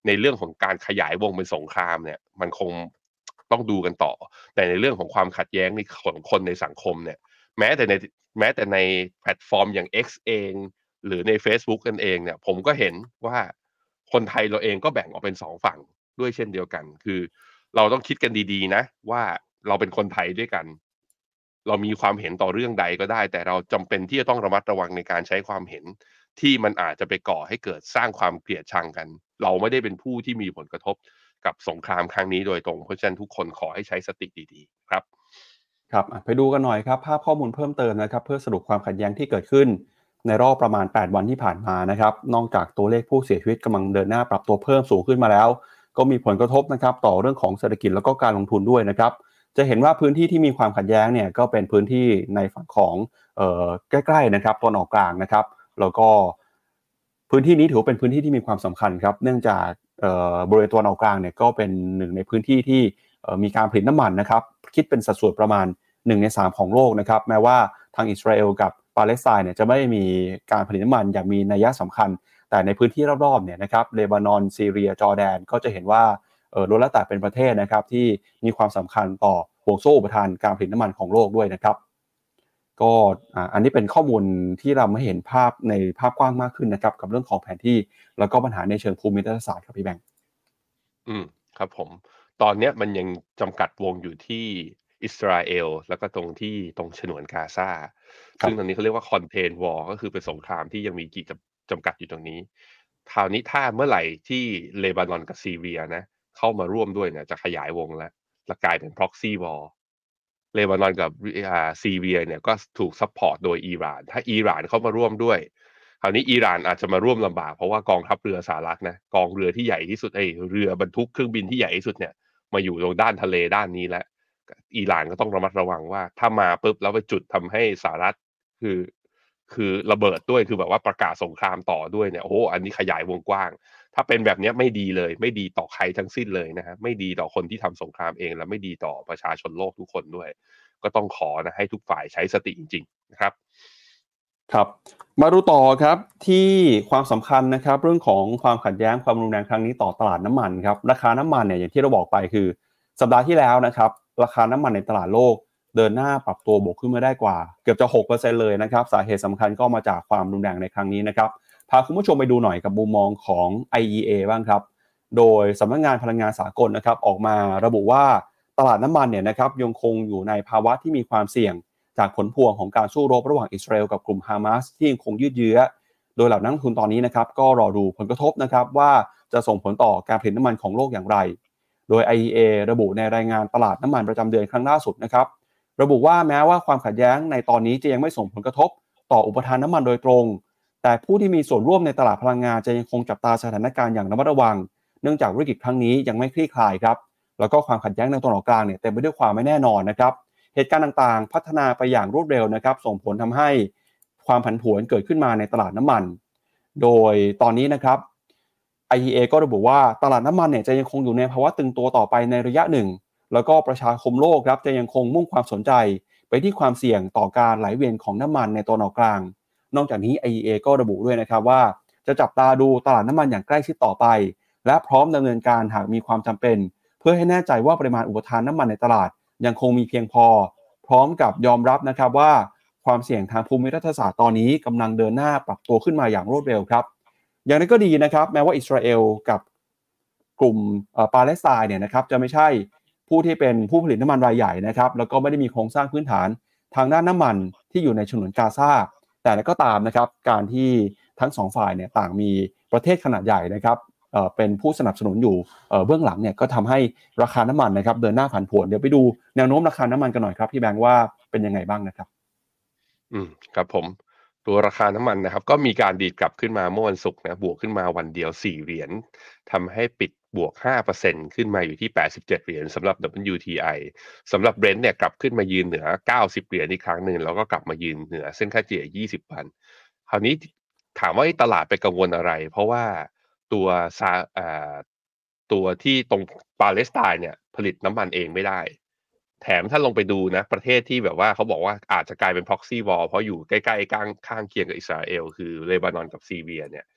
ในเรื่องของการขยายวงเป็นสงครามเนี่ยมันคงต้องดูกันต่อแต่ในเรื่องของความขัดแย้งในของคนในสังคมเนี่ยแม้แต่ในแม้แต่ในแพลตฟอร์มอย่าง X เองหรือใน Facebook กันเองเนี่ยผมก็เห็นว่าคนไทยเราเองก็แบ่งออกเป็นสองฝั่งด้วยเช่นเดียวกันคือเราต้องคิดกันดีๆนะว่าเราเป็นคนไทยด้วยกันเรามีความเห็นต่อเรื่องใดก็ได้แต่เราจำเป็นที่จะต้องระมัดระวังในการใช้ความเห็นที่มันอาจจะไปก่อให้เกิดสร้างความเกลียดชังกันเราไม่ได้เป็นผู้ที่มีผลกระทบกับสงครามครั้งนี้โดยตรงเพราะฉะนั้นทุกคนขอให้ใช้สติดีๆครับครับไปดูกันหน่อยครับภาพข้อมูลเพิ่มเติมนะครับเพื่อสรุปความขัดแย้งที่เกิดขึ้นในรอบประมาณแปดวันที่ผ่านมานะครับนอกจากตัวเลขผู้เสียชีวิตกำลังเดินหน้าปรับตัวเพิ่มสูงขึ้นมาแล้วก็มีผลกระทบนะครับต่อเรื่องของเศรษฐกิจแล้วก็การลงทุนด้วยนะครับจะเห็นว่าพื้นที่ที่มีความขัดแย้งเนี่ยก็เป็นพื้นที่ในฝั่งของเอ่อใกล้ๆนะครับตะวันออกกลางนะครับแล้วก็พื้นที่นี้ถือว่าเป็นพื้นที่ที่มีความสำคัญครับเนื่องจากเอ่อบริเวณตะวันออกกลางเนี่ยก็เป็นหนึ่งในพื้นที่ที่มีการผลิตน้ำมันนะครับคิดเป็นสัดส่วนประมาณหนึ่งในสามของโลกนะครับแม้ว่าทางอิสราเอลกับปาเลสไตน์เนี่ยจะไม่ได้มีการผลิตน้ำมันอย่างมีนัยสำคัญแต่ในพื้นที่รอบๆเนี่ยนะครับเลบานอนซีเรียจอร์แดนก็จะเห็นว่าเออล้วนแล้วแต่เป็นประเทศนะครับที่มีความสำคัญต่อห่วงโซ่อุปทานการผลิตน้ำมันของโลกด้วยนะครับก็อันนี้เป็นข้อมูลที่เราไม่เห็นภาพในภาพกว้างมากขึ้นนะครับกับเรื่องของแผนที่แล้วก็ปัญหาในเชิงภูมิรัฐศาสตร์ครับพี่แบงค์อืมครับผมตอนเนี้ยมันยังจำกัดวงอยู่ที่อิสราเอลแล้วก็ตรงที่ตรงฉนวนกาซาซึ่งตรงนี้เขาเรียกว่า Contain War ก็คือเป็นสงครามที่ยังมีขีดจำกัดอยู่ตรงนี้คราวนี้ถ้าเมื่อไหร่ที่เลบานอนกับซีเรียนะเข้ามาร่วมด้วยเนี่ยจะขยายวงแล้วและกลายเป็น Proxy War เลบานอนกับอ่าซีเรียเนี่ยก็ถูกซัปพอร์ตโดยอิหร่านถ้าอิหร่านเข้ามาร่วมด้วยคราวนี้อิหร่านอาจจะมาร่วมลำบากเพราะว่ากองทัพเรือสหรัฐนะกองเรือที่ใหญ่ที่สุดไอ้เรือบรรทุกเครื่องบินที่ใหญ่ที่สุดเนี่ยมาอยู่ตรงด้านทะเลด้านนี้แล้วอิหร่านก็ต้องระมัดระวังว่าถ้ามาปุ๊บแล้วไปจุดทำให้สหรัฐคือคือระเบิดด้วยคือแบบว่าประกาศสงครามต่อด้วยเนี่ยโอ้โหอันนี้ขยายวงกว้างถ้าเป็นแบบนี้ไม่ดีเลยไม่ดีต่อใครทั้งสิ้นเลยนะฮะไม่ดีต่อคนที่ทำสงครามเองและไม่ดีต่อประชาชนโลกทุกคนด้วยก็ต้องขอนะให้ทุกฝ่ายใช้สติจริงๆนะครับครับมาดูต่อครับที่ความสำคัญนะครับเรื่องของความขัดแย้งความรุนแรงครั้งนี้ต่อตลาดน้ำมันครับราคาน้ำมันเนี่ยอย่างที่เราบอกไปคือสัปดาห์ที่แล้วนะครับราคาน้ำมันในตลาดโลกเดินหน้าปรับตัวบวกขึ้นมาได้กว่าเกือบจะ หกเปอร์เซ็นต์ เลยนะครับสาเหตุสำคัญก็มาจากความรุนแรงในครั้งนี้นะครับพาคุณผู้ชมไปดูหน่อยกับมุมมองของ ไอ อี เอ บ้างครับโดยสำนักงานพลังงานสากลนะครับออกมาระบุว่าตลาดน้ำมันเนี่ยนะครับยังคงอยู่ในภาวะที่มีความเสี่ยงจากผลพวงของการสู้รบระหว่างอิสราเอลกับกลุ่มฮามาสที่ยังคงยืดเยื้อโดยเหล่านักลงทุนตอนนี้นะครับก็รอดูผลกระทบนะครับว่าจะส่งผลต่อการผลิตน้ำมันของโลกอย่างไรโดย ไอ อี เอ ระบุในรายงานตลาดน้ำมันประจำเดือนครั้งล่าสุดนะครับระบุว่าแม้ว่าความขัดแย้งในตอนนี้จะยังไม่ส่งผลกระทบต่ออุปทานน้ำมันโดยตรงแต่ผู้ที่มีส่วนร่วมในตลาดพลังงานจะยังคงจับตาสถานการณ์อย่างระมัดระวังเนื่องจากวิกฤตครั้งนี้ยังไม่คลี่คลายครับแล้วก็ความขัดแย้งในตะวันออกกลางเนี่ยเต็มไปด้วยความไม่แน่นอนนะครับเหตุการณ์ต่างๆพัฒนาไปอย่างรวดเร็วนะครับส่งผลทำให้ความผันผวนเกิดขึ้นมาในตลาดน้ำมันโดยตอนนี้นะครับ ไอ อี เอ ก็ระบุว่าตลาดน้ำมันเนี่ยจะยังคงอยู่ในภาวะตึงตัวต่อไปในระยะหนึ่งแล้วก็ประชาคมโลกครับจะยังคงมุ่งความสนใจไปที่ความเสี่ยงต่อการไหลเวียนของน้ำมันในตะวันออกกลางนอกจากนี้ ไอ อี เอ ก็ระบุด้วยนะครับว่าจะจับตาดูตลาดน้ำมันอย่างใกล้ชิดต่อไปและพร้อมดำเนินการหากมีความจำเป็นเพื่อให้แน่ใจว่าปริมาณอุปทานน้ำมันในตลาดยังคงมีเพียงพอพร้อมกับยอมรับนะครับว่าความเสี่ยงทางภูมิรัฐศาสตร์ตอนนี้กำลังเดินหน้าปรับตัวขึ้นมาอย่างรวดเร็วครับอย่างนั้นก็ดีนะครับแม้ว่าอิสราเอลกับกลุ่มปาเลสไตน์เนี่ยนะครับจะไม่ใช่ผู้ที่เป็นผู้ผลิตน้ำมันรายใหญ่นะครับแล้วก็ไม่ได้มีโครงสร้างพื้นฐานทางด้านน้ำมันที่อยู่ในฉนวนกาซาแต่ก็ตามนะครับการที่ทั้งสองฝ่ายเนี่ยต่างมีประเทศขนาดใหญ่นะครับเอ่อเป็นผู้สนับสนุนอยู่เอ่อเบื้องหลังเนี่ยก็ทำให้ราคาน้ำมันนะครับเดินหน้าผันผวนเดี๋ยวไปดูแนวโน้มราคาน้ำมันกันหน่อยครับพี่แบงค์ว่าเป็นยังไงบ้างนะครับอืมครับผมตัวราคาน้ำมันนะครับก็มีการดีดกลับขึ้นมาเมื่อวันศุกร์นะบวกขึ้นมาวันเดียวสี่เหรียญทำให้ปิดบวก ห้าเปอร์เซ็นต์ ขึ้นมาอยู่ที่แปดสิบเจ็ดเหรียญสำหรับ ดับเบิลยู ที ไอ สำหรับ Brent เนี่ยกลับขึ้นมายืนเหนือเก้าสิบเหรียญอีกครั้งหนึ่งแล้วก็กลับมายืนเหนือเส้นค่าเฉลี่ยยี่สิบวันคราวนี้ถามว่าตลาดไปกังวลอะไรเพราะว่าตัวซาอ่าตัวที่ตรงปาเลสไตน์เนี่ยผลิตน้ำมันเองไม่ได้แถมถ้าลงไปดูนะประเทศที่แบบว่าเขาบอกว่าอาจจะกลายเป็น proxy war เพราะอยู่ใกล้ๆข้างข้างเคียงกับอิสราเอลคือเลบานอนกับซีเรียเนี่ย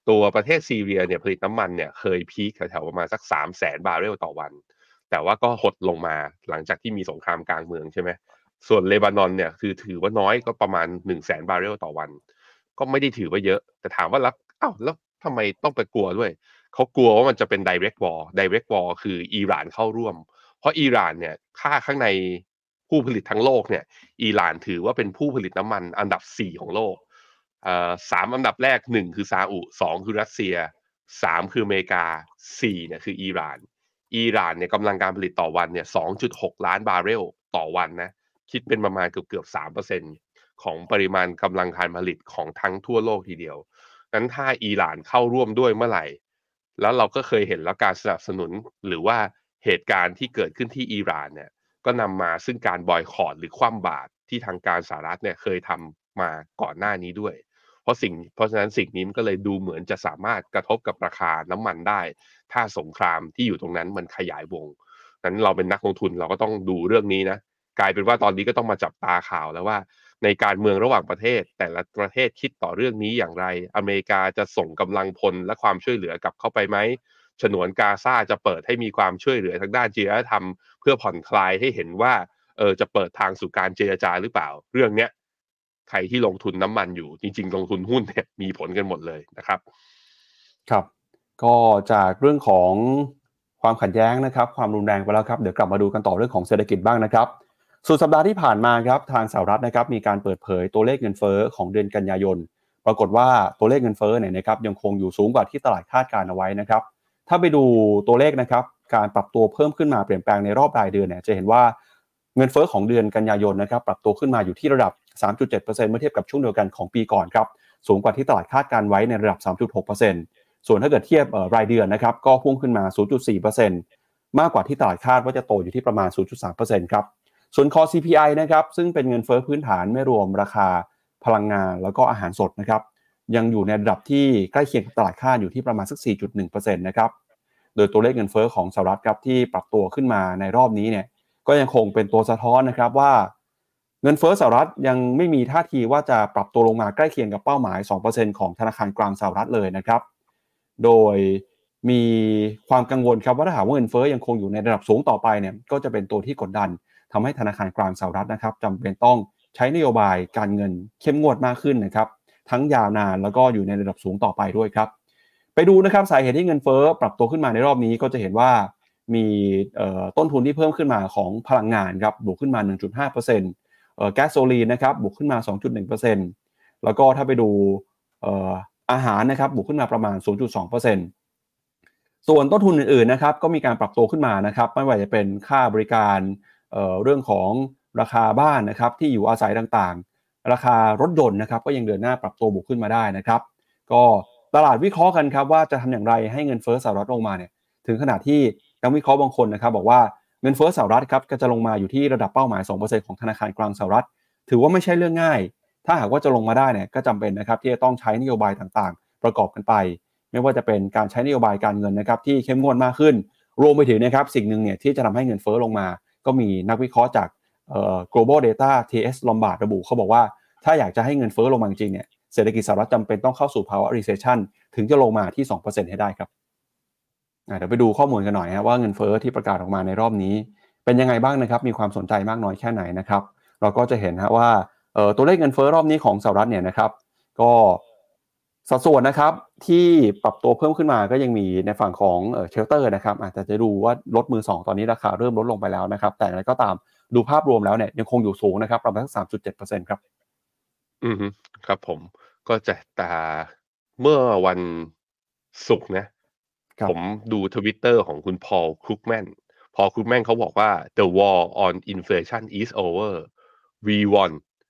ตัวประเทศซีเรียเนี่ยผลิตน้ำมันเนี่ยเคยพีคแถวๆประมาณสัก สามแสน บาร์เรลต่อวันแต่ว่าก็หดลงมาหลังจากที่มีสงครามกลางเมืองใช่ไหมส่วนเลบานอนเนี่ยคือถือว่าน้อยก็ประมาณ หนึ่งแสน บาร์เรลต่อวันก็ไม่ได้ถือว่าเยอะแต่ถามว่าแล้วอ้าวแล้วทำไมต้องไปกลัวด้วยเขากลัวว่ามันจะเป็น direct war direct war คืออิหร่านเข้าร่วมเพราะอิหร่านเนี่ยค่าข้างในผู้ผลิตทั้งโลกเนี่ยอิหร่านถือว่าเป็นผู้ผลิตน้ำมันอันดับสี่ของโลกเอ่อสามอันดับแรกหนึ่งคือซาอุสองคือรัสเซียสามคืออเมริกาสี่เนี่ยคืออิหร่านอิหร่านเนี่ยกำลังการผลิตต่อวันเนี่ย สองจุดหก ล้านบาร์เรลต่อวันนะคิดเป็นประมาณเกือบๆ สามเปอร์เซ็นต์ ของปริมาณกำลังการผลิตของทั้งทั่วโลกทีเดียวนั้นถ้าอิหร่านเข้าร่วมด้วยเมื่อไหร่แล้วเราก็เคยเห็นแล้วการสนับสนุนหรือว่าเหตุการณ์ที่เกิดขึ้นที่อิหร่านเนี่ยก็นำมาซึ่งการบอยคอตหรือคว่ำบาตรที่ทางการสหรัฐเนี่ยเคยทำมาก่อนหน้านี้ด้วยเพราะสิ่งเพราะฉะนั้นสิ่งนี้มันก็เลยดูเหมือนจะสามารถกระทบกับราคาน้ำมันได้ถ้าสงครามที่อยู่ตรงนั้นมันขยายวงนั้นเราเป็นนักลงทุนเราก็ต้องดูเรื่องนี้นะกลายเป็นว่าตอนนี้ก็ต้องมาจับตาข่าวแล้วว่าในการเมืองระหว่างประเทศแต่ละประเทศคิดต่อเรื่องนี้อย่างไรอเมริกาจะส่งกำลังพลและความช่วยเหลือกลับเข้าไปไหมฉนวนกาซาจะเปิดให้มีความช่วยเหลือทางด้านจริยธรรมเพื่อผ่อนคลายให้เห็นว่าเออจะเปิดทางสู่การเจรจาหรือเปล่าเรื่องเนี้ยใครที่ลงทุนน้ำมันอยู่จริงๆลงทุนหุ้นเนี่ยมีผลกันหมดเลยนะครับครับก็จากเรื่องของความขัดแย้งนะครับความรุนแรงไปแล้วครับเดี๋ยวกลับมาดูกันต่อเรื่องของเศรษฐกิจบ้างนะครับสุดสัปดาห์ที่ผ่านมาครับทางสหรัฐนะครับมีการเปิดเผยตัวเลขเงินเฟ้อของเดือนกันยายนปรากฏว่าตัวเลขเงินเฟ้อเนี่ยนะครับยังคงอยู่สูงกว่าที่ตลาดคาดการณ์เอาไว้นะครับถ้าไปดูตัวเลขนะครับการปรับตัวเพิ่มขึ้นมาเปลี่ยนแปลงในรอบรายเดือนเนี่ยจะเห็นว่าเงินเฟ้อของเดือนกันยายนนะครับปรับตัวขึ้นมาอยู่ที่ระดับ สามจุดเจ็ดเปอร์เซ็นต์ เมื่อเทียบกับช่วงเดียวกันของปีก่อนครับสูงกว่าที่ตลาดคาดการณ์ไว้ในระดับ สามจุดหกเปอร์เซ็นต์ ส่วนถ้าเกิดเทียบรายเดือนนะครับก็พุ่งขึ้นมา ศูนย์จุดสี่เปอร์เซ็นต์ มากกว่าที่ตลาดคาดว่าจะโตอยู่ที่ประมาณ ศูนย์จุดสามเปอร์เซ็นต์ ครับส่วน Core ซี พี ไอ นะครับซึ่งเป็นเงินเฟ้อพื้นฐานไม่รวมราคาพลังงานแล้วก็อาหารสดนะครับยังอยู่ในระดับที่ใกล้เคียงกับตลาดคาดอยู่ที่ประมาณสัก สี่จุดหนึ่งเปอร์เซ็นต์ นะครับโดยตัวเลขเงินเฟ้อของสหรัฐครับที่ปรับตัวขึ้นมาในรอบนี้เนี่ยก็ยังคงเป็นตัวสะท้อนนะครับว่าเงินเฟ้อสหรัฐยังไม่มีท่าทีว่าจะปรับตัวลงมาใกล้เคียงกับเป้าหมาย สองเปอร์เซ็นต์ ของธนาคารกลางสหรัฐเลยนะครับโดยมีความกังวลครับว่าถ้าหากว่าเงินเฟ้อยังคงอยู่ในระดับสูงต่อไปเนี่ยก็จะเป็นตัวที่กดดันทำให้ธนาคารกลางสหรัฐนะครับจำเป็นต้องใช้นโยบายการเงินเข้มงวดมากขึ้นนะครับทั้งยาวนานแล้วก็อยู่ในระดับสูงต่อไปด้วยครับไปดูนะครับสาเหตุที่เงินเฟ้อปรับตัวขึ้นมาในรอบนี้ก็จะเห็นว่ามีต้นทุนที่เพิ่มขึ้นมาของพลังงานครับบวกขึ้นมา หนึ่งจุดห้าเปอร์เซ็นต์ เอ่อแก๊สโซลีนนะครับบวกขึ้นมา สองจุดหนึ่งเปอร์เซ็นต์ แล้วก็ถ้าไปดูเอ่ออาหารนะครับบวกขึ้นมาประมาณ ศูนย์จุดสองเปอร์เซ็นต์ ส่วนต้นทุนอื่นๆนะครับก็มีการปรับตัวขึ้นมานะครับไม่ว่าจะเป็นค่าบริการเอ่อเรื่องของราคาบ้านนะครับที่อยู่อาศัยต่างๆราคารถยนต์นะครับก็ยังเดินหน้าปรับตัวบวกขึ้นมาได้นะครับก็ตลาดวิเคราะห์กันครับว่าจะทำอย่างไรให้เงินเฟ้อสหรัฐลงมาเนี่ยถึงขนาดที่นักวิเคราะห์บางคนนะครับบอกว่าเงินเฟ้อสหรัฐครับก็จะลงมาอยู่ที่ระดับเป้าหมาย สองเปอร์เซ็นต์ ของธนาคารกลางสหรัฐถือว่าไม่ใช่เรื่องง่ายถ้าหากว่าจะลงมาได้เนี่ยก็จำเป็นนะครับที่จะต้องใช้นโยบายต่างๆประกอบกันไปไม่ว่าจะเป็นการใช้นโยบายการเงินนะครับที่เข้มงวดมากขึ้นรวมไปถึงนะครับสิ่งหนึ่งเนี่ยที่จะทำให้เงินเฟ้อลงมาก็มีนักวิเคราะห์จากเอ่อ global data ที เอส Lombard ระบุเขาบอกว่าถ้าอยากจะให้เงินเฟ้อลงมาจริงๆเนี่ยเศรษฐกิจสหรัฐจำเป็นต้องเข้าสู่ภาวะ recession ถึงจะลงมาที่ สองเปอร์เซ็นต์ ให้ได้ครับเดี๋ยวไปดูข้อมูลกันหน่อยนะว่าเงินเฟ้อที่ประกาศออกมาในรอบนี้เป็นยังไงบ้างนะครับมีความสนใจมากน้อยแค่ไหนนะครับเราก็จะเห็นฮะว่าเอ่อตัวเลขเงินเฟ้อรอบนี้ของสหรัฐเนี่ยนะครับก็สัดส่วนนะครับที่ปรับตัวเพิ่มขึ้นมาก็ยังมีในฝั่งของเอ่อเชลเตอร์นะครับอาจจะจะดูว่ารถมือสองตอนนี้ราคาเริ่มลดลงไปแล้วนะครับแต่อะไรก็ตามดูภาพรวมแล้วเนี่ยยังคงอยู่สูงนะครับประมาณสัก สามจุดเจ็ดเปอร์เซ็นต์ ครับอือฮึครับผมก็จะแต่เมื่อวันศุกร์นะผมดู Twitter ของคุณ Paul Krugman Paul Krugman เขาบอกว่า the war on inflation is over we won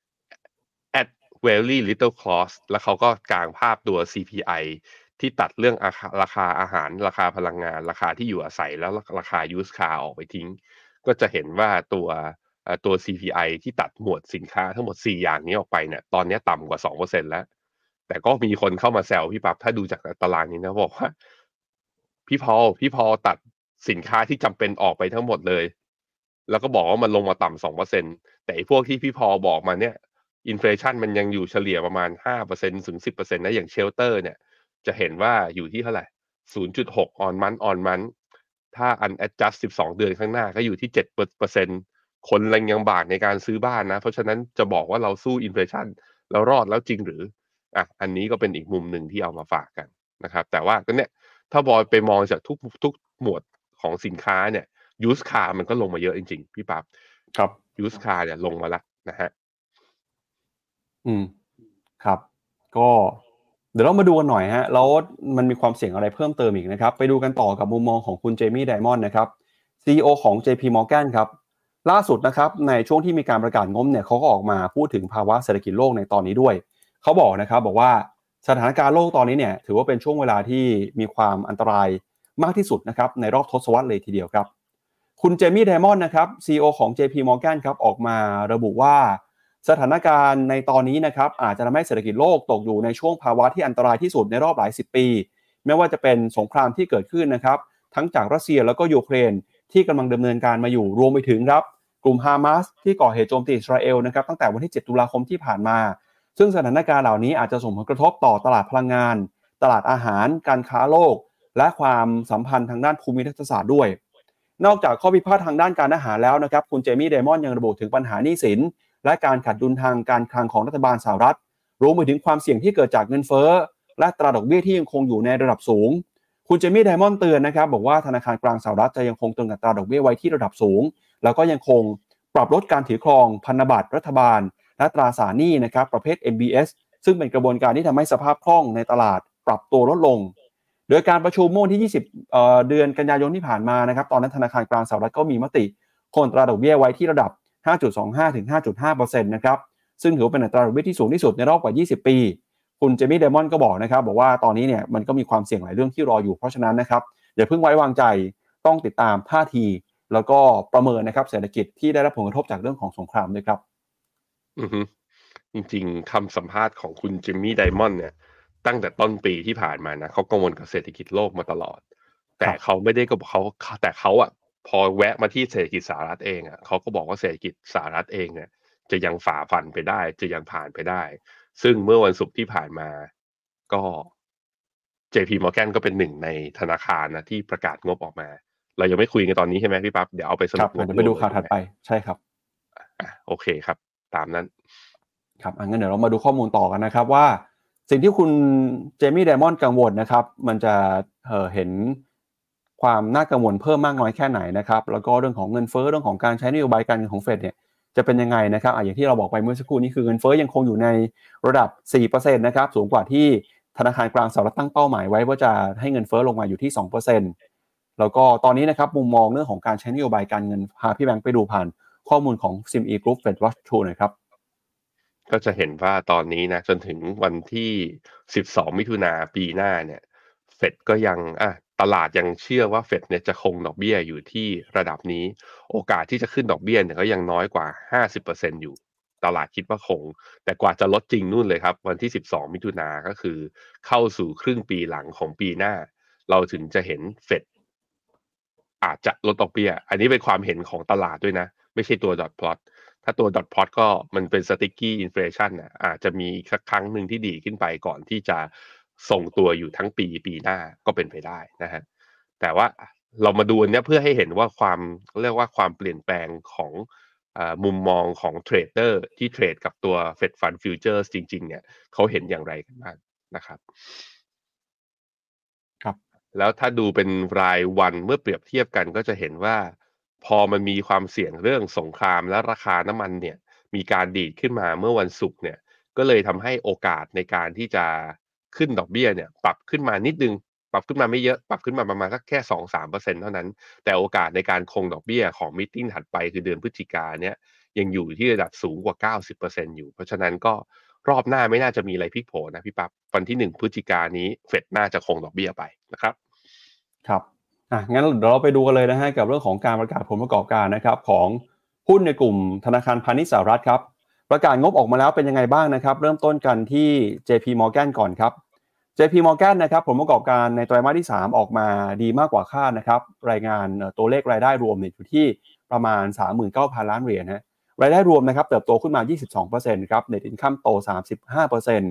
at very little cost แล้วเขาก็กางภาพตัว ซี พี ไอ ที่ตัดเรื่องราคาอาหารราคาพลังงานราคาที่อยู่อาศัยแล้วราคา used car ออกไปทิ้งก็จะเห็นว่าตัวตัว ซี พี ไอ ที่ตัดหมวดสินค้าทั้งหมดสี่อย่างนี้ออกไปเนี่ยตอนนี้ต่ำกว่า สองเปอร์เซ็นต์ แล้วแต่ก็มีคนเข้ามาแซวพี่ปั๊บถ้าดูจากตารางนี้นะบอกว่าพี่พอลพี่พอลตัดสินค้าที่จำเป็นออกไปทั้งหมดเลยแล้วก็บอกว่ามันลงมาต่ำ สองเปอร์เซ็นต์ แต่พวกที่พี่พอลบอกมาเนี่ยอินเฟลชันมันยังอยู่เฉลี่ยประมาณ ห้าเปอร์เซ็นต์ ถึง สิบเปอร์เซ็นต์ นะอย่างเชลเตอร์เนี่ยจะเห็นว่าอยู่ที่เท่าไหร่ ศูนย์จุดหก on month on month ถ้า unadjust สิบสองเดือนข้างหน้าก็อยู่ที่ เจ็ดเปอร์เซ็นต์ คนยังบากในการซื้อบ้านนะเพราะฉะนั้นจะบอกว่าเราสู้อินเฟลชันแล้วรอดแล้วจริงหรืออ่ะอันนี้ก็เป็นอีกมุมหนึ่งที่เอามาฝากกันนะครับแต่ว่าก็เนี่ยถ้าบอยไปมองจากทุกทุกหมวดของสินค้าเนี่ยยูสคาร์มันก็ลงมาเยอะจริงๆพี่ปั๊บครับยูสคาร์เนี่ยลงมาแล้วนะฮะอืมครับก็เดี๋ยวเรามาดูกันหน่อยฮะแล้วมันมีความเสี่ยงอะไรเพิ่มเติมอีกนะครับไปดูกันต่อกับมุมมองของคุณเจมี่ไดมอนด์นะครับ ซี อี โอ ของ เจ พี Morgan ครับล่าสุดนะครับในช่วงที่มีการประกาศงบเนี่ยเขาก็ออกมาพูดถึงภาวะเศรษฐกิจโลกในตอนนี้ด้วยเขาบอกนะครับบอกว่าสถานการณ์โลกตอนนี้เนี่ยถือว่าเป็นช่วงเวลาที่มีความอันตรายมากที่สุดนะครับในรอบทศวรรษเลยทีเดียวครับคุณเจมี่ไดมอนด์นะครับ ซี อี โอ ของ เจ พี Morgan ครับออกมาระบุว่าสถานการณ์ในตอนนี้นะครับอาจจะทำให้เศรษฐกิจโลกตกอยู่ในช่วงภาวะที่อันตรายที่สุดในรอบหลายสิบปีไม่ว่าจะเป็นสงครามที่เกิดขึ้นนะครับทั้งจากรัสเซียแล้วก็ยูเครนที่กำลังดำเนินการมาอยู่รวมไปถึงครับกลุ่มฮามาสที่ก่อเหตุโจมตีอิสราเอลนะครับตั้งแต่วันที่เจ็ดตุลาคมที่ผ่านมาซึ่งสถานการณ์เหล่านี้อาจจะส่งผลกระทบต่อตลาดพลังงานตลาดอาหารการค้าโลกและความสัมพันธ์ทางด้านภูมิรัฐศาสตร์ด้วยนอกจากข้อพิพาททางด้านการอาหารแล้วนะครับคุณเจมี่ไดมอนด์ยังระบุถึงปัญหาหนี้สินและการขาดดุลทางการคลังของรัฐบาลสหรัฐรวมไปถึงความเสี่ยงที่เกิดจากเงินเฟ้อและอัตราดอกเบี้ยที่ยังคงอยู่ในระดับสูงคุณเจมี่ไดมอนด์เตือนนะครับบอกว่าธนาคารกลางสหรัฐจะยังคงตรึงอัตราดอกเบี้ยไว้ที่ระดับสูงแล้วก็ยังคงปรับลดการถือครองพันธบัตรรัฐบาลและตราสารหนี้นะครับประเภท เอ็ม บี เอส ซึ่งเป็นกระบวนการที่ทำให้สภาพคล่องในตลาดปรับตัวลดลงโดยการประชุมเมื่อวันที่ยี่สิบเอ่อเดือนกันยายนที่ผ่านมานะครับตอนนั้นธนาคารกลางสหรัฐก็มีมติคงอัตราดอกเบี้ยไว้ที่ระดับ ห้าจุดสองห้า ถึง ห้าจุดห้าเปอร์เซ็นต์ นะครับซึ่งถือเป็นอัตราดอกเบี้ยที่สูงที่สุดในรอบกว่ายี่สิบปีคุณเจมี่ไดมอนด์ก็บอกนะครับบอกว่าตอนนี้เนี่ยมันก็มีความเสี่ยงหลายเรื่องที่รออยู่เพราะฉะนั้นนะครับอย่าเพิ่งไว้วางใจต้องติดตามท่าทีแล้วก็ประเมินนะครับเศรษฐกิจที่ได้รับผลกระทบจากเรื่องของสงครามด้วยครับอือฮึจริงๆคำสัมภาษณ์ของคุณจิมมี่ไดมอนด์เนี่ยตั้งแต่ต้นปีที่ผ่านมานะเขากังวลกับเศรษฐกิจโลกมาตลอดแต่เขาไม่ได้ก็บอกเขาแต่เขาอ่ะพอแวะมาที่เศรษฐกิจสหรัฐเองอ่ะเขาก็บอกว่าเศรษฐกิจสหรัฐเองเนี่ยจะยังฝ่าฟันไปได้จะยังผ่านไปได้ซึ่งเมื่อวันศุกร์ที่ผ่านมาก็ เจ พี Morgan ก็เป็นหนึ่งในธนาคารนะที่ประกาศงบออกมาเรายังไม่คุยกันตอนนี้ใช่ไหมพี่ปั๊บเดี๋ยวเอาไปสรุปงบเดี๋ยวไปดูข่าวถัดไปใช่ครับอ่ะโอเคครับตามนั้นครับงั้นเดี๋ยวเรามาดูข้อมูลต่อกันนะครับว่าสิ่งที่คุณเจมี่ไดมอนด์กังวลนะครับมันจะเอ่อเห็นความน่ากังวลเพิ่มมากน้อยแค่ไหนนะครับแล้วก็เรื่องของเงินเฟ้อเรื่องของการใช้นโยบายการเงินของเฟดเนี่ยจะเป็นยังไงนะครับอ่ะอย่างที่เราบอกไปเมื่อสักครู่นี้คือเงินเฟ้อยังคงอยู่ในระดับ สี่เปอร์เซ็นต์ นะครับสูงกว่าที่ธนาคารกลางสหรัฐตั้งเป้าหมายไว้ว่าจะให้เงินเฟ้อลงมาอยู่ที่ สองเปอร์เซ็นต์ แล้วก็ตอนนี้นะครับมุมมองเรื่องของการใช้นโยบายการเงินพาพี่แบงค์ไปดูผ่านข้อมูลของ ซี เอ็ม อี Group Fed Watch ทูหน่อยครับก็จะเห็นว่าตอนนี้นะจนถึงวันที่สิบสองมิถุนาปีหน้าเนี่ยเฟดก็ยังอ่ะตลาดยังเชื่อว่าเฟดเนี่ยจะคงดอกเบี้ยอยู่ที่ระดับนี้โอกาสที่จะขึ้นดอกเบี้ยเนี่ยก็ยังน้อยกว่า ห้าสิบเปอร์เซ็นต์ อยู่ตลาดคิดว่าคงแต่กว่าจะลดจริงนู่นเลยครับวันที่สิบสองมิถุนาก็คือเข้าสู่ครึ่งปีหลังของปีหน้าเราถึงจะเห็นเฟดอาจจะลดดอกเบี้ยอันนี้เป็นความเห็นของตลาดด้วยนะไม่ใช่ตัว dot plot ถ้าตัว dot plot ก็มันเป็น sticky inflation น่ะอาจจะมีอีกสักครั้งหนึ่งที่ดีขึ้นไปก่อนที่จะส่งตัวอยู่ทั้งปีปีหน้าก็เป็นไปได้นะฮะแต่ว่าเรามาดูอันนี้เพื่อให้เห็นว่าความเรียกว่าความเปลี่ยนแปลงของอ่ามุมมองของเทรดเดอร์ที่เทรดกับตัว Fed Fund Futures จริงๆเนี่ยเขาเห็นอย่างไรกันบ้างนะครับครับแล้วถ้าดูเป็นรายวันเมื่อเปรียบเทียบกันก็จะเห็นว่าพอมันมีความเสี่ยงเรื่องสงครามและราคาน้ำมันเนี่ยมีการดีดขึ้นมาเมื่อวันศุกร์เนี่ยก็เลยทำให้โอกาสในการที่จะขึ้นดอกเบี้ยเนี่ยปรับขึ้นมานิดนึงปรับขึ้นมาไม่เยอะปรับขึ้นมาประมาณสักแค่ สองถึงสามเปอร์เซ็นต์ เท่านั้นแต่โอกาสในการคงดอกเบี้ยของมีตติ้งถัดไปคือเดือนพฤศจิกายนเนี่ยยังอยู่ที่ระดับสูงกว่า เก้าสิบเปอร์เซ็นต์ อยู่เพราะฉะนั้นก็รอบหน้าไม่น่าจะมีอะไรพลิกโผนะพี่ปั๊บวันที่หนึ่งพฤศจิกายนนี้เฟดน่าจะคงดอกเบี้ยไปนะครับครับอ่ะงั้นเดี๋ยวเราไปดูกันเลยนะฮะกับเรื่องของการประกาศผลประกอบการนะครับของหุ้นในกลุ่มธนาคารพาณิชย์สหรัฐครับประกาศงบออกมาแล้วเป็นยังไงบ้างนะครับเริ่มต้นกันที่ เจ พี Morgan ก่อนครับ เจ พี Morgan นะครับผลประกอบการในไตรมาสที่สามออกมาดีมากกว่าคาดนะครับรายงานตัวเลขรายได้รวมเนี่ยอยู่ที่ประมาณ สามหมื่นเก้าพัน ล้านเหรียญนะรายได้รวมนะครับเติบโตขึ้นมา ยี่สิบสองเปอร์เซ็นต์ ครับ Net Income โต สามสิบห้าเปอร์เซ็นต์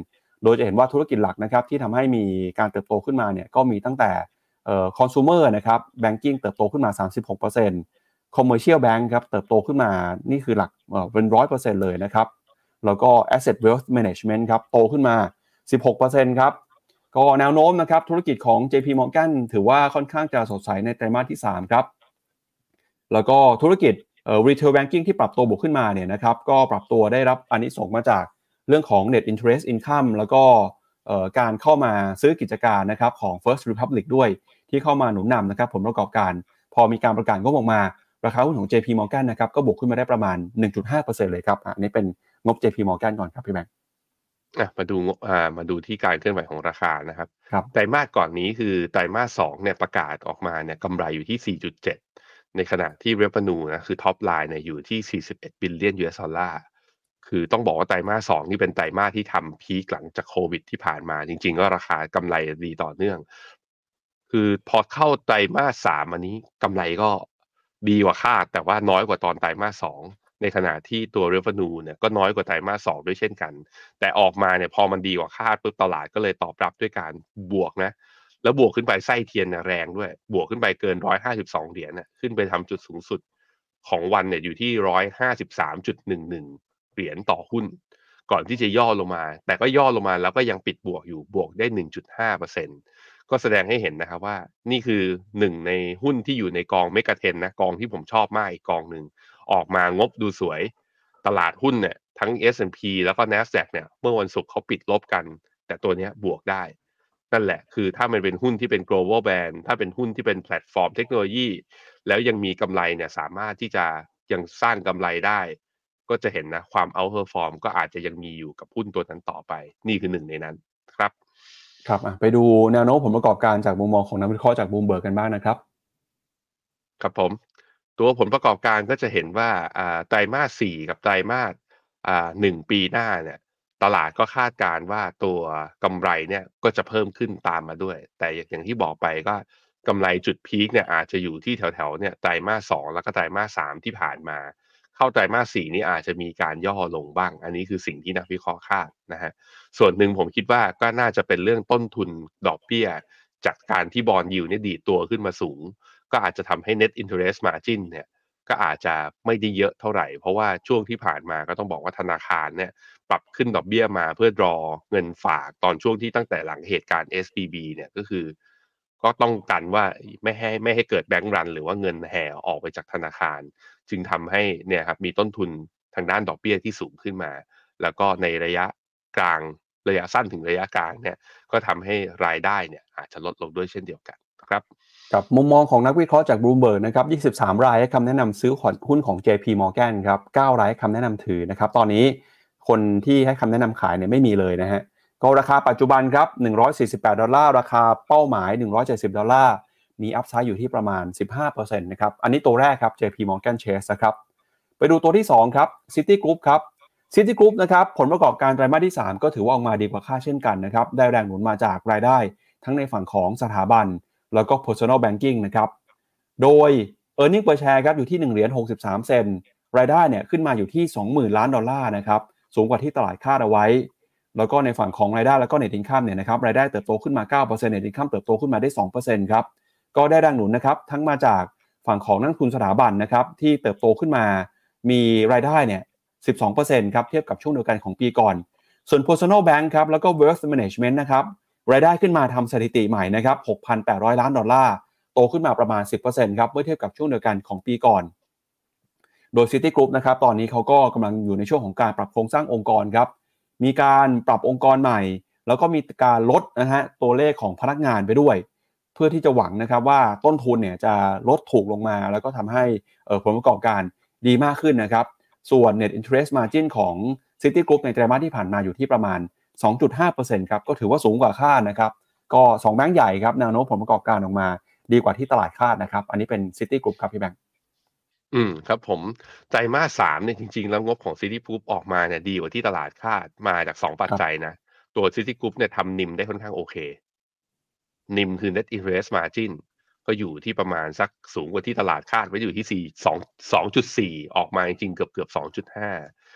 โดยจะเห็นว่าธุรกิจหลักนะครับที่ทำให้มีการเติบโตขึ้นมาเนี่ยก็มีตั้งแต่เอ่อ consumer นะครับ banking เติบโตขึ้นมา สามสิบหกเปอร์เซ็นต์ commercial bank ครับเติบโตขึ้นมานี่คือหลักเอ่อเป็น หนึ่งร้อยเปอร์เซ็นต์ เลยนะครับแล้วก็ asset wealth management ครับโตขึ้นมา สิบหกเปอร์เซ็นต์ ครับก็แนวโน้มนะครับธุรกิจของ เจ พี Morgan ถือว่าค่อนข้างจะสดใสในไตรมาสที่สามครับแล้วก็ธุรกิจเอ่อ retail banking ที่ปรับตัวบวกขึ้นมาเนี่ยนะครับก็ปรับตัวได้รับอานิสงส์มาจากเรื่องของ net interest income แล้วก็เอ่อการเข้ามาซื้อกิจการนะครับของ First Republic ด้วยที่เข้ามาหนุนนำนะครับผลประกอบการพอมีการประกาศงบออกมาราคาหุ้นของ เจ พี Morgan นะครับก็บวกขึ้นมาได้ประมาณ หนึ่งจุดห้าเปอร์เซ็นต์ เลยครับอันนี้เป็นงบ เจ พี Morgan ก่อนครับพี่แบงค์อ่ะมาดูงบอ่ามาดูที่การเคลื่อนไหวของราคานะครับครับไตรมาสก่อนนี้คือไตรมาสสองเนี่ยประกาศออกมาเนี่ยกำไรอยู่ที่ สี่จุดเจ็ด ในขณะที่ revenue นะคือ top line เนี่ยอยู่ที่ สี่สิบเอ็ด billion ยู เอส ดอลลาร์คือต้องบอกว่าไตรมาสสองนี่เป็นไตรมาสที่ทำพีคหลังจากโควิดที่ผ่านมาจริงๆก็ราคากำไรดีต่อเนื่องคือพอเข้าไตรมาสสามอันนี้กำไรก็ดีกว่าคาดแต่ว่าน้อยกว่าตอนไตรมาสสองในขณะที่ตัว revenue เนี่ยก็น้อยกว่าไตรมาสสองด้วยเช่นกันแต่ออกมาเนี่ยพอมันดีกว่าคาดปุ๊บตลาดก็เลยตอบรับด้วยการบวกนะแล้วบวกขึ้นไปไส้เทียนนะแรงด้วยบวกขึ้นไปเกินหนึ่งร้อยห้าสิบสองเหรียญน่ะขึ้นไปทำจุดสูงสุดของวันเนี่ยอยู่ที่ หนึ่งร้อยห้าสิบสามจุดหนึ่งหนึ่ง เหรียญต่อหุ้นก่อนที่จะย่อลงมาแต่ก็ย่อลงมาแล้วก็ยังปิดบวกอยู่บวกได้ หนึ่งจุดห้าเปอร์เซ็นต์ ก็แสดงให้เห็นนะครับว่านี่คือหนึ่งในหุ้นที่อยู่ในกองเมกะเทรนด์นะกองที่ผมชอบมากอีกกองหนึ่งออกมางบดูสวยตลาดหุ้นเนี่ยทั้ง เอส แอนด์ พี แล้วก็ NASDAQ เนี่ยเมื่อวันศุกร์เขาปิดลบกันแต่ตัวเนี้ยบวกได้นั่นแหละคือถ้ามันเป็นหุ้นที่เป็น global brand ถ้าเป็นหุ้นที่เป็นแพลตฟอร์มเทคโนโลยีแล้วยังมีกำไรเนี่ยสามารถที่จะยังสร้างกำไรได้ก็จะเห็นนะความ outperform ก็อาจจะยังมีอยู่กับหุ้นตัวนั้นต่อไปนี่คือหนึ่งในนั้นครับครับไปดูแนวโน้มผลประกอบการจากมุมมองของนักวิเคราะห์จาก Bloomberg กันบ้างนะครับครับผมตัวผลประกอบการก็จะเห็นว่าอ่าไตรมาสสี่กับไตรมาสอ่าหนึ่งปีหน้าเนี่ยตลาดก็คาดการณ์ว่าตัวกำไรเนี่ยก็จะเพิ่มขึ้นตามมาด้วยแต่อย่างที่บอกไปก็กำไรจุดพีคเนี่ยอาจจะอยู่ที่แถวๆเนี่ยไตรมาสสองแล้วก็ไตรมาสสามที่ผ่านมาเข้าไตรมาสสี่นี่อาจจะมีการย่อลงบ้างอันนี้คือสิ่งที่นักวิเคราะห์คาดนะฮะส่วนหนึ่งผมคิดว่าก็น่าจะเป็นเรื่องต้นทุนดอกเบี้ยจากการที่บอนด์ยิลด์เนี่ยดีดตัวขึ้นมาสูงก็อาจจะทำให้ net interest margin เนี่ยก็อาจจะไม่ได้เยอะเท่าไหร่เพราะว่าช่วงที่ผ่านมาก็ต้องบอกว่าธนาคารเนี่ยปรับขึ้นดอกเบี้ยมาเพื่อรอเงินฝากตอนช่วงที่ตั้งแต่หลังเหตุการณ์ เอส บี บี เนี่ยก็คือก็ต้องกันว่าไม่ให้ไม่ให้เกิดแบงก์รันหรือว่าเงินแห่ออกไปจากธนาคารจึงทำให้เนี่ยครับมีต้นทุนทางด้านดอกเบี้ยที่สูงขึ้นมาแล้วก็ในระยะกลางระยะสั้นถึงระยะกลางเนี่ยก็ทำให้รายได้เนี่ยอาจจะลดลงด้วยเช่นเดียวกันนะครับกับมุมมองของนักวิเคราะห์จาก Bloomberg นะครับยี่สิบสามรายให้คำแนะนำซื้อหุ้นของ เจ พี Morgan ครับเก้ารายให้คำแนะนำถือนะครับตอนนี้คนที่ให้คำแนะนำขายเนี่ยไม่มีเลยนะฮะก็ราคาปัจจุบันครับหนึ่งร้อยสี่สิบแปดดอลลาร์ราคาเป้าหมายหนึ่งร้อยเจ็ดสิบดอลลาร์มีอัพไซด์อยู่ที่ประมาณ สิบห้าเปอร์เซ็นต์ นะครับอันนี้ตัวแรกครับ เจ พี Morgan Chase นะครับไปดูตัวที่สองครับ Citigroup ครับ Citigroup นะครับผลประกอบการไตรมาสที่สามก็ถือว่าออกมาดีกว่าคาดเช่นกันนะครับได้แรงหนุนมาจากรายได้ทั้งในฝั่งของสถาบันแล้วก็ personal banking นะครับโดย earning per share ครับอยู่ที่หนึ่งเหรียญหกสิบสามเซนต์รายได้เนี่ยขึ้นมาอยู่ที่ สองหมื่นล้านดอลลาร์นะครับสูงกว่าที่ตลาดคาดเอาไว้แล้วก็ในฝั่งของรายได้แล้วก็ net income เนี่ยนะครับรายได้เติบโตขึ้นมา เก้าเปอร์เซ็นต์ net income เติบโตขึ้นมาได้ สองเปอร์เซ็นต์ ครับก็ได้แรงหนุนนะครับทั้งมาจากฝั่งของนักลงทุนสถาบันนะครับที่เติบโตขึ้นมามีรายได้เนี่ย สิบสองเปอร์เซ็นต์ ครับเทียบกับช่วงเดียวกันของปีก่อนส่วน personal bank ครับแล้วก็ wealth management นะครับรายได้ขึ้นมาทำสถิติใหม่นะครับ หกพันแปดร้อย ล้านดอลลาร์โตขึ้นมาประมาณ สิบเปอร์เซ็นต์ ครับเมื่อเทียบกับช่วงเดียวกันของปีก่อนโดย Citigroup นะครับตอนนี้เขาก็กำลังอยู่ในช่วงของการปรับโครงสร้างองค์กรครับมีการปรับองค์กรใหม่แล้วก็มีการลดนะฮะตัวเลขของพนักงานไปด้วยเพื่อที่จะหวังนะครับว่าต้นทุนเนี่ยจะลดถูกลงมาแล้วก็ทำให้ผลประกอบการดีมากขึ้นนะครับส่วน net interest margin ของ Citigroup ในไตรมาสที่ผ่านมาอยู่ที่ประมาณ สองจุดห้าเปอร์เซ็นต์ ครับก็ถือว่าสูงกว่าคาดนะครับก็สองแบงค์ใหญ่ครับแนวโน้มผลประกอบการออกมาดีกว่าที่ตลาดคาดนะครับอันนี้เป็น Citigroup ครับพี่แบงค์อืมครับผมไตรมาสสามเนี่ยจริงๆแล้วงบของ Citigroup ออกมาเนี่ยดีกว่าที่ตลาดคาดมาจากสองปัจจัยนะตัว Citigroup เนี่ยทำ นิม ได้ค่อนข้างโอเค นิม คือ net interest margin ก็อยู่ที่ประมาณสักสูงกว่าที่ตลาดคาดไว้อยู่ที่สี่ สอง สองจุดสี่ออกมาจริงๆเกือบๆ สองจุดห้า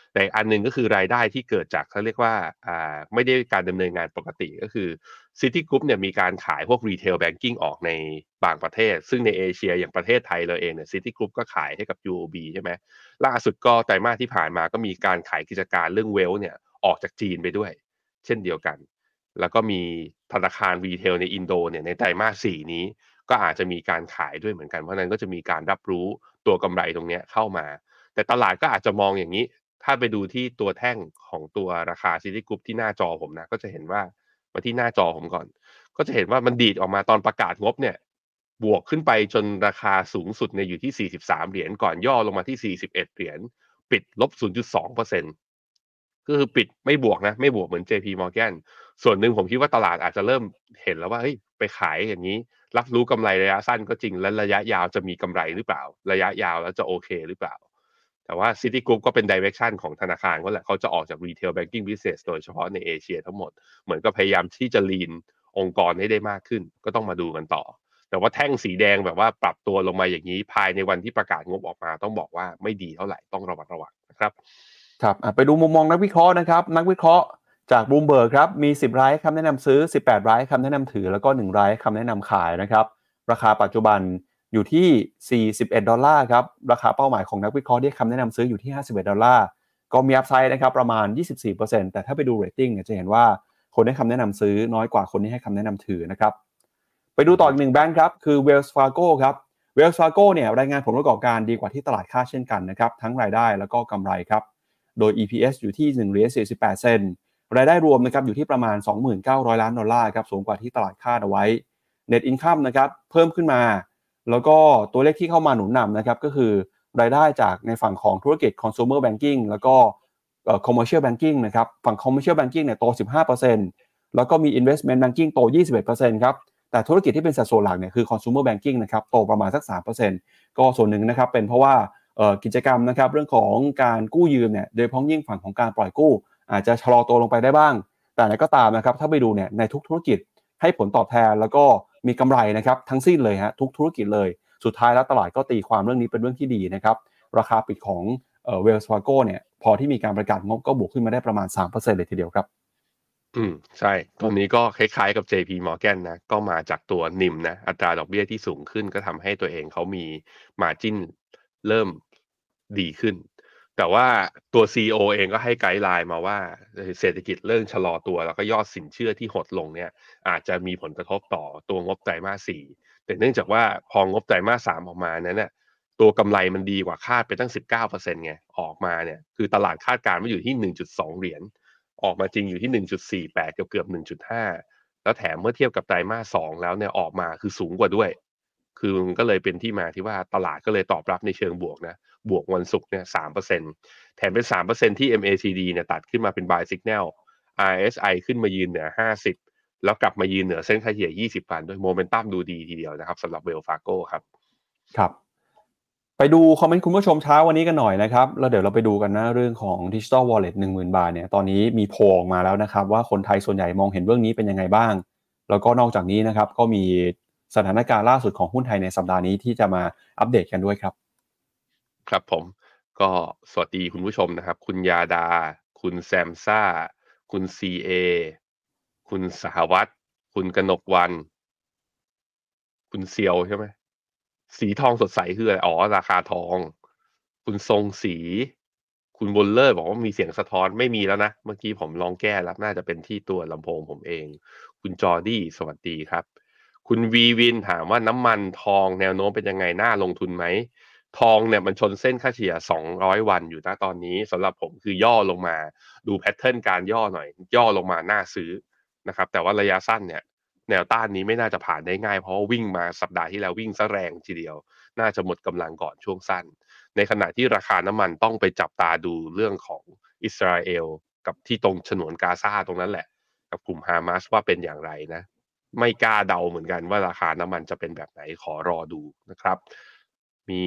แต่อันนึงก็คือรายได้ที่เกิดจากเขาเรียกว่าอ่าไม่ได้การดำเนินงานปกติก็คือ City Group เนี่ยมีการขายพวก Retail Banking ออกในบางประเทศซึ่งในเอเชียอย่างประเทศไทยเราเองเนี่ย City Group ก็ขายให้กับ ยู โอ บี ใช่ไหมล่าสุดก็ไตรมาสที่ผ่านมาก็มีการขายกิจการเรื่อง Wealth เนี่ยออกจากจีนไปด้วยเช่นเดียวกันแล้วก็มีธนาคารรีเทลในอินโดเนี่ยในไตรมาสสี่นี้ก็อาจจะมีการขายด้วยเหมือนกันเพราะนั้นก็จะมีการรับรู้ตัวกำไรตรงนี้เข้ามาแต่ตลาดก็อาจจะมองอย่างนี้ถ้าไปดูที่ตัวแท่งของตัวราคา City Group ที่หน้าจอผมนะก็จะเห็นว่ามาที่หน้าจอผมก่อนก็จะเห็นว่ามันดีดออกมาตอนประกาศงบเนี่ยบวกขึ้นไปจนราคาสูงสุดเนี่ยอยู่ที่สี่สิบสามเหรียญก่อนย่อลงมาที่สี่สิบเอ็ดเหรียญปิดลบ ศูนย์จุดสองเปอร์เซ็นต์ ก็คือปิดไม่บวกนะไม่บวกเหมือน เจ พี Morgan ส่วนหนึ่งผมคิดว่าตลาดอาจจะเริ่มเห็นแล้วว่าเฮ้ยไปขายอย่างนี้รับรู้กำไรระยะสั้นก็จริงและระยะยาวจะมีกำไรหรือเปล่าระยะยาวแล้วจะโอเคหรือเปล่าแต่ว่า City Group ก็เป็น direction ของธนาคารก็แหละเขาจะออกจาก Retail Banking Business โดยเฉพาะในเอเชียทั้งหมดเหมือนกับพยายามที่จะ lean องค์กรให้ได้มากขึ้นก็ต้องมาดูกันต่อแต่ว่าแท่งสีแดงแบบว่าปรับตัวลงมาอย่างนี้ภายในวันที่ประกาศงบออกมาต้องบอกว่าไม่ดีเท่าไหร่ต้องระมัดระวังนะครับครับไปดูมุมมองนักวิเคราะห์นะครับนักวิเคราะห์จาก Bloomberg ครับมีสิบรายคำแนะนำซื้อสิบแปดรายคำแนะนำถือแล้วก็หนึ่งรายคำแนะนำขายนะครับราคาปัจจุบันอยู่ที่สี่สิบเอ็ดดอลลาร์ครับราคาเป้าหมายของนักวิเคราะห์ที่คำแนะนำซื้ออยู่ที่ห้าสิบเอ็ดดอลลาร์ก็มีอัพไซด์นะครับประมาณ ยี่สิบสี่เปอร์เซ็นต์ แต่ถ้าไปดูเรตติ้งเนี่ยจะเห็นว่าคนให้คำแนะนำซื้อน้อยกว่าคนที่ให้คำแนะนำถือนะครับไปดูต่ออีกหนึ่งแบงค์ครับคือ Wells Fargo ครับ Wells Fargo เนี่ยรายงานผลประกอบการดีกว่าที่ตลาดคาดเช่นกันนะครับทั้งรายได้แล้วก็กำไรครับโดย อี พี เอส อยู่ที่หนึ่งเหรียญสี่สิบแปดเซนต์รายได้รวมนะครับอยู่ที่ประมาณ สองพันเก้าร้อยล้านดอลลาร์ครับสูงกว่าที่ตลาดคาดเอาไว้ Net Income นะครับเพิ่มขึ้นมาแล้วก็ตัวเลขที่เข้ามาหนุนนำนะครับก็คือรายได้จากในฝั่งของธุรกิจ Consumer Banking แล้วก็เอ่อ Commercial Banking นะครับฝั่ง Commercial Banking เนี่ยโต สิบห้าเปอร์เซ็นต์ แล้วก็มี Investment Banking โต ยี่สิบเอ็ดเปอร์เซ็นต์ ครับแต่ธุรกิจที่เป็นสัดส่วนหลักเนี่ยคือ Consumer Banking นะครับโตประมาณสัก สามเปอร์เซ็นต์ ก็ส่วนหนึ่งนะครับเป็นเพราะว่ากิจกรรมนะครับเรื่องของการกู้ยืมเนี่ยโดยเฉพาะยิ่งฝั่งของการปล่อยกู้อาจจะชะลอตัวลงไปได้บ้างแต่ไหนก็ตามนะครับถ้าไปดูเนี่ยในทุกธุรกิจให้ผลตอบแทนแล้วก็มีกำไรนะครับทั้งสิ้นเลยฮะทุกธุรกิจเลยสุดท้ายแล้วตลาดก็ตีความเรื่องนี้เป็นเรื่องที่ดีนะครับราคาปิดของเอ่อ Wells Fargo เนี่ยพอที่มีการประกาศงบก็บวกขึ้นมาได้ประมาณ สามเปอร์เซ็นต์ เลยทีเดียวครับอืมใช่ตอนนี้ก็คล้ายๆกับ เจ พี Morgan นะก็มาจากตัว เอ็น ไอ เอ็ม นะอัตราดอกเบี้ยที่สูงขึ้นก็ทำให้ตัวเองเขามี margin เริ่มดีขึ้นแต่ว่าตัว ซี อี โอ เองก็ให้ไกด์ไลน์มาว่าเศรษฐกิจเริ่มชะลอตัวแล้วก็ยอดสินเชื่อที่หดลงเนี่ยอาจจะมีผลกระทบต่อตัวงบไตรมาสสี่แต่เนื่องจากว่าพองบไตรมาสสามออกมานั้นเนี่ยตัวกำไรมันดีกว่าคาดไปตั้ง สิบเก้าเปอร์เซ็นต์ ไงออกมาเนี่ยคือตลาดคาดการณ์ว่าอยู่ที่ หนึ่งจุดสอง เหรียญออกมาจริงอยู่ที่ หนึ่งจุดสี่แปด เกือบๆ หนึ่งจุดห้า แล้วแถมเมื่อเทียบกับไตรมาสสองแล้วเนี่ยออกมาคือสูงกว่าด้วยคือมันก็เลยเป็นที่มาที่ว่าตลาดก็เลยตอบรับในเชิงบวกนะบวกวันศุกร์เนี่ย สามเปอร์เซ็นต์ แถมเป็น สามเปอร์เซ็นต์ ที่ เอ็ม เอ ซี ดี เนี่ยตัดขึ้นมาเป็น buy signal อาร์ เอส ไอ ขึ้นมายืนเหนือห้าสิบแล้วกลับมายืนเหนือเส้นค่าเฉลี่ยยี่สิบวันด้วยโมเมนตัมดูดีทีเดียวนะครับสำหรับ Wells Fargo ครับครับไปดูคอมเมนต์คุณผู้ชมเช้าวันนี้กันหน่อยนะครับแล้วเดี๋ยวเราไปดูกันนะเรื่องของ Digital Wallet หนึ่งหมื่น บาทเนี่ยตอนนี้มีโพลออกมาแล้วนะครับว่าคนไทยส่วนใหญ่มองเห็นเรื่องนี้เป็นยังไงบ้างแล้วก็นอกจากนี้นะครับก็มีสถานการณ์ล่าสุดของหุ้นไทยในสัปดาห์นี้ที่จะมาอัปเดตกันด้วยครับครับผมก็สวัสดีคุณผู้ชมนะครับคุณยาดาคุณแซมซ่าคุณ ซี เอ คุณสหวัตรคุณกนกวรรณคุณเซียวใช่ไหมสีทองสดใสคืออะไรอ๋อราคาทองคุณทรงศรีคุณบุญเลิศบอกว่ามีเสียงสะท้อนไม่มีแล้วนะเมื่อกี้ผมลองแก้แล้วน่าจะเป็นที่ตัวลำโพงผมเองคุณจอร์ดี้สวัสดีครับคุณวีวินถามว่าน้ำมันทองแนวโน้มเป็นยังไงน่าลงทุนไหมทองเนี่ยมันชนเส้นค่าเฉลี่ยสองร้อยวันอยู่นะตอนนี้สำหรับผมคือย่อลงมาดูแพทเทิร์นการย่อหน่อยย่อลงมาน่าซื้อนะครับแต่ว่าระยะสั้นเนี่ยแนวต้านนี้ไม่น่าจะผ่านได้ง่ายเพราะว่าวิ่งมาสัปดาห์ที่แล้ววิ่งซะแรงทีเดียวน่าจะหมดกำลังก่อนช่วงสั้นในขณะที่ราคาน้ำมันต้องไปจับตาดูเรื่องของอิสราเอลกับที่ตรงฉนวนกาซาตรงนั้นแหละกับกลุ่มฮามาสว่าเป็นอย่างไรนะไม่กล้าเดาเหมือนกันว่าราคาน้ำมันจะเป็นแบบไหนขอรอดูนะครับมี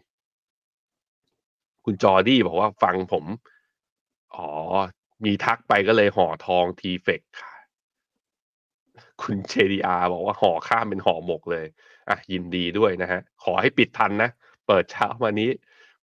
คุณจอร์ดี้บอกว่าฟังผมอ๋อมีทักไปก็เลยห่อทองทีเฟกค่ะคุณ เจ ดี อาร์ บอกว่าห่อข้ามเป็นห่อหมกเลยอ่ะยินดีด้วยนะฮะขอให้ปิดทันนะเปิดเช้ามานี้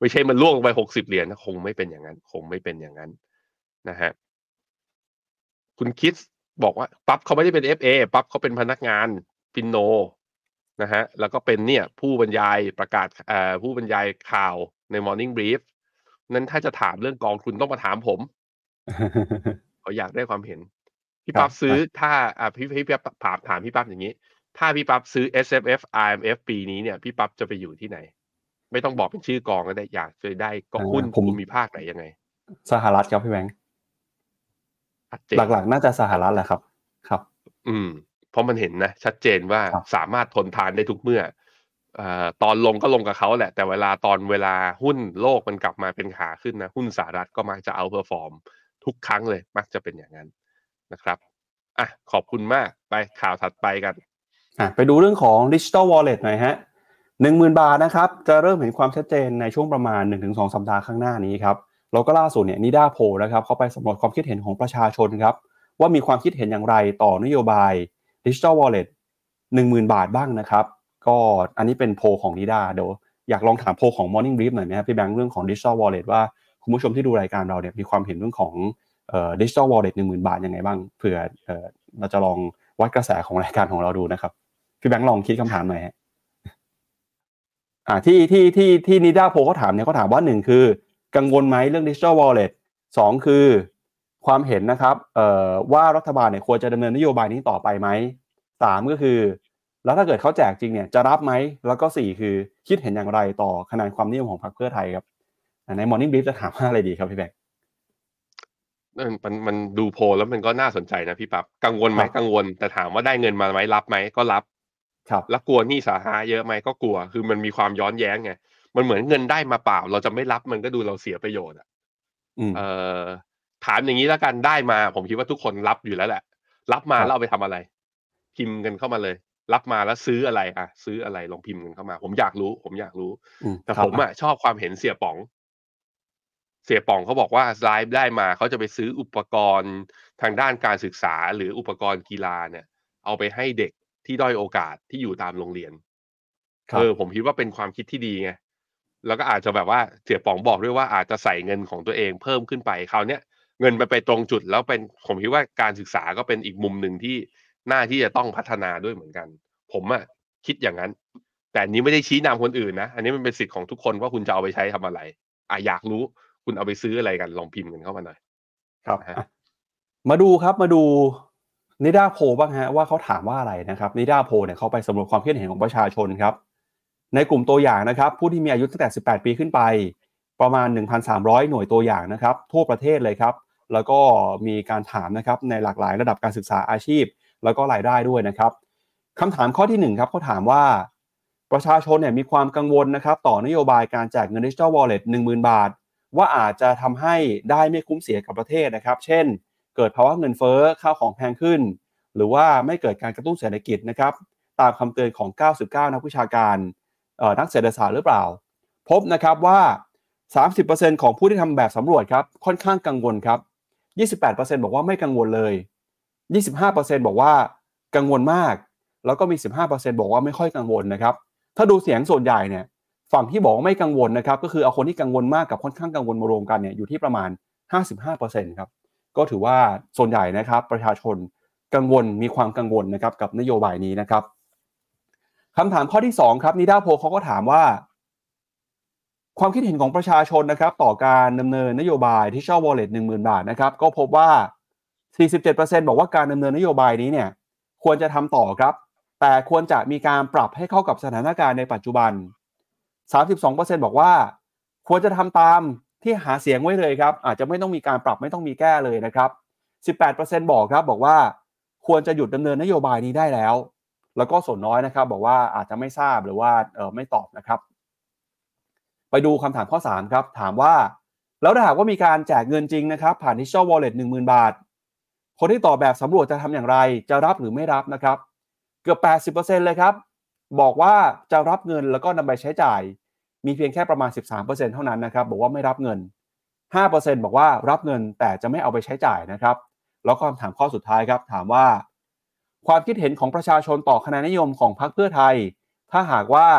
ไม่ใช่มันล่วงไปหกสิบเหรียญคงไม่เป็นอย่างนั้นคงไม่เป็นอย่างนั้นนะฮะคุณคิดบอกว่าปั๊บเขาไม่ได้เป็น เอฟ เอ ปั๊บเขาเป็นพนักงานฟินโนนะฮะแล้วก็เป็นเนี่ยผู้บรรยายประกาศเอ่อผู้บรรยายข่าวใน Morning Brief นั้นถ้าจะถามเรื่องกองทุนต้องมาถามผมเขาอยากได้ความเห็นพี่ปั๊บซื้อถ้าอ่าพี่พี่ปั๊บถามถามพี่ปั๊บอย่างนี้ถ้าพี่ปั๊บซื้อ เอส เอฟ เอฟ อาร์ เอ็ม เอฟ ปีนี้เนี่ยพี่ปั๊บจะไปอยู่ที่ไหนไม่ต้องบอกเป็นชื่อกองก็ได้อยากจะได้ก็หุ้นภูมิภาคไหนยังไงสหรัฐครับพี่แบงค์หลักๆน่าจะสหรัฐแหละครับครับอืมเพราะมันเห็นนะชัดเจนว่าสามารถทนทานได้ทุกเมื่อเอ่อตอนลงก็ลงกับเขาแหละแต่เวลาตอนเวลาหุ้นโลกมันกลับมาเป็นขาขึ้นนะหุ้นสหรัฐก็มักจะเอาเพอร์ฟอร์มทุกครั้งเลยมักจะเป็นอย่างนั้นนะครับอ่ะขอบคุณมากไปข่าวถัดไปกันอ่ะไปดูเรื่องของ Digital Wallet หน่อยฮะ หนึ่งหมื่น บาทนะครับจะเริ่มเห็นความชัดเจนในช่วงประมาณ หนึ่งถึงสอง สัปดาห์ข้างหน้านี้ครับแล้วก็ล่าสุดเนี่ย Nida Poll นะครับเขาไปสำรวจความคิดเห็นของประชาชนครับว่ามีความคิดเห็นอย่างไรต่อนโยบาย Digital Wallet หนึ่งหมื่น บาทบ้างนะครับก็อันนี้เป็นโพลของ Nida เดี๋ยวอยากลองถามโพลของ Morning Brief หน่อยไหมครับพี่แบงค์เรื่องของ Digital Wallet ว่าคุณผู้ชมที่ดูรายการเราเนี่ยมีความเห็นเรื่องของเอ่อ Digital Wallet หนึ่งหมื่น บาทยังไงบ้างเผื่อเอ่อเราจะลองวัดกระแสของรายการของเราดูนะครับพี่แบงค์ลองคิดคำถามหน่อยฮะอ่าที่ที่ที่ที่นิด้าโพเขาถามเนี่ยเขาถามว่าหนึ่งคือกังวลไหมเรื่อง Digital Wallet สองคือความเห็นนะครับเอ่อว่ารัฐบาลเนี่ยควรจะดำเนินนโยบายนี้ต่อไปไหมสามก็คือแล้วถ้าเกิดเขาแจกจริงเนี่ยจะรับไหมแล้วก็สี่คือคิดเห็นอย่างไรต่อคะแนนความนิยมของพรรคเพื่อไทยครับใน Morning Brief จะถามว่าอะไรดีครับพี่แบงค์มันมันดูโพลแล้วมันก็น่าสนใจนะพี่ปั๊บกังวลไหมกังวลแต่ถามว่าได้เงินมาไหมรับไหมก็รับครับแล้วกลัวหนี้สาธารณะเยอะไหมก็กลัวคือมันมีความย้อนแย้งไงมันเหมือนเงินได้มาเปล่าเราจะไม่รับมันก็ดูเราเสียประโยชน์อ่ะเอ่อถามอย่างนี้แล้วกันได้มาผมคิดว่าทุกคนรับอยู่แล้วแหละรับมาแล้วเอาไปทำอะไรพิมพ์กันเข้ามาเลยรับมาแล้วซื้ออะไรอ่ะซื้ออะไรลองพิมพ์กันเข้ามาผมอยากรู้ผมอยากรู้แต่ผมอ่ะชอบความเห็นเสี่ยป๋องเสี่ยป๋องเขาบอกว่าไลฟ์ได้มาเขาจะไปซื้ออุปกรณ์ทางด้านการศึกษาหรืออุปกรณ์กีฬาเนี่ยเอาไปให้เด็กที่ด้อยโอกาสที่อยู่ตามโรงเรียนเออผมคิดว่าเป็นความคิดที่ดีไงแล้วก็อาจจะแบบว่าเสี่ยป๋องบอกด้วยว่าอาจจะใส่เงินของตัวเองเพิ่มขึ้นไปคราวเนี้ยเงินไปไปตรงจุดแล้วเป็นผมคิดว่าการศึกษาก็เป็นอีกมุมหนึ่งที่น่าที่จะต้องพัฒนาด้วยเหมือนกันผมอะคิดอย่างนั้นแต่อันนี้ไม่ได้ชี้นำคนอื่นนะอันนี้มันเป็นสิทธิ์ของทุกคนว่าคุณจะเอาไปใช้ทำอะไรอ่ะอยากรู้คุณเอาไปซื้ออะไรกันลองพิมพ์กันเข้ามาหน่อยครับมาดูครับมาดูนิด้าโพลบ้างฮะว่าเขาถามว่าอะไรนะครับนิด้าโพลเนี่ยเขาไปสำรวจความคิดเห็นของประชาชนครับในกลุ่มตัวอย่างนะครับผู้ที่มีอายุตั้งแต่สิบแปดปีขึ้นไปประมาณ หนึ่งพันสามร้อย หน่วยตัวอย่างนะครับทั่วประเทศเลยครับแล้วก็มีการถามนะครับในหลากหลายระดับการศึกษาอาชีพแล้วก็รายได้ด้วยนะครับคำถามข้อที่หนึ่งครับเขาถามว่าประชาชนเนี่ยมีความกังวลนะครับต่อนโยบายการแจกเงิน Digital Wallet หนึ่งหมื่น บาทว่าอาจจะทำให้ได้ไม่คุ้มเสียกับประเทศนะครับเช่นเกิดภาวะเงินเฟ้อข้าวของแพงขึ้นหรือว่าไม่เกิดการกระตุ้นเศรษฐกิจนะครับตามคำเตือนของเก้าสิบเก้านักวิชาการนักเศรษฐศาสตร์หรือเปล่าพบนะครับว่า สามสิบเปอร์เซ็นต์ ของผู้ที่ทำแบบสำรวจครับค่อนข้างกังวลครับ ยี่สิบแปดเปอร์เซ็นต์ บอกว่าไม่กังวลเลย ยี่สิบห้าเปอร์เซ็นต์ บอกว่ากังวลมากแล้วก็มี สิบห้าเปอร์เซ็นต์ บอกว่าไม่ค่อยกังวลนะครับถ้าดูเสียงส่วนใหญ่เนี่ยฝั่งที่บอกไม่กังวลนะครับก็คือเอาคนที่กังวลมากกับค่อนข้างกังวลมารวมกันเนี่ยอยู่ที่ประมาณ ห้าสิบห้าเปอร์เซ็นต์ ครับก็ถือว่าส่วนใหญ่นะครับประชาชนกังวลมีความกังวลนะครับกับนโยบายนี้นะครับคำถามข้อที่สองครับนิด้าโพลเขาก็ถามว่าความคิดเห็นของประชาชนนะครับต่อการดำเนินนโยบาย Digital Wallet หนึ่งหมื่น บาทนะครับก็พบว่า สี่สิบเจ็ดเปอร์เซ็นต์ บอกว่าการดำเนินนโยบายนี้เนี่ยควรจะทำต่อครับแต่ควรจะมีการปรับให้เข้ากับสถานการณ์ในปัจจุบัน สามสิบสองเปอร์เซ็นต์ บอกว่าควรจะทำตามที่หาเสียงไว้เลยครับอาจจะไม่ต้องมีการปรับไม่ต้องมีแก้เลยนะครับ สิบแปดเปอร์เซ็นต์ บอกครับบอกว่าควรจะหยุดดำเนินนโยบายนี้ได้แล้วแล้วก็ส่วนน้อยนะครับบอกว่าอาจจะไม่ทราบหรือว่าเอ่อไม่ตอบนะครับไปดูคำถามข้อสามครับถามว่าแล้วถ้าหากว่ามีการแจกเงินจริงนะครับผ่าน Digital Wallet หนึ่งหมื่น บาทคนที่ตอบแบบสำรวจจะทำอย่างไรจะรับหรือไม่รับนะครับเกือบ แปดสิบเปอร์เซ็นต์ เลยครับบอกว่าจะรับเงินแล้วก็นำไปใช้จ่ายมีเพียงแค่ประมาณ สิบสามเปอร์เซ็นต์ เท่านั้นนะครับบอกว่าไม่รับเงิน ห้าเปอร์เซ็นต์ บอกว่ารับเงินแต่จะไม่เอาไปใช้จ่ายนะครับแล้วก็คำถามข้อสุดท้ายครับถามว่าความคิดเห็นของประชาชนต่อคะแนนนิยมของพรรคเพื่อไทยถ้าหากว่า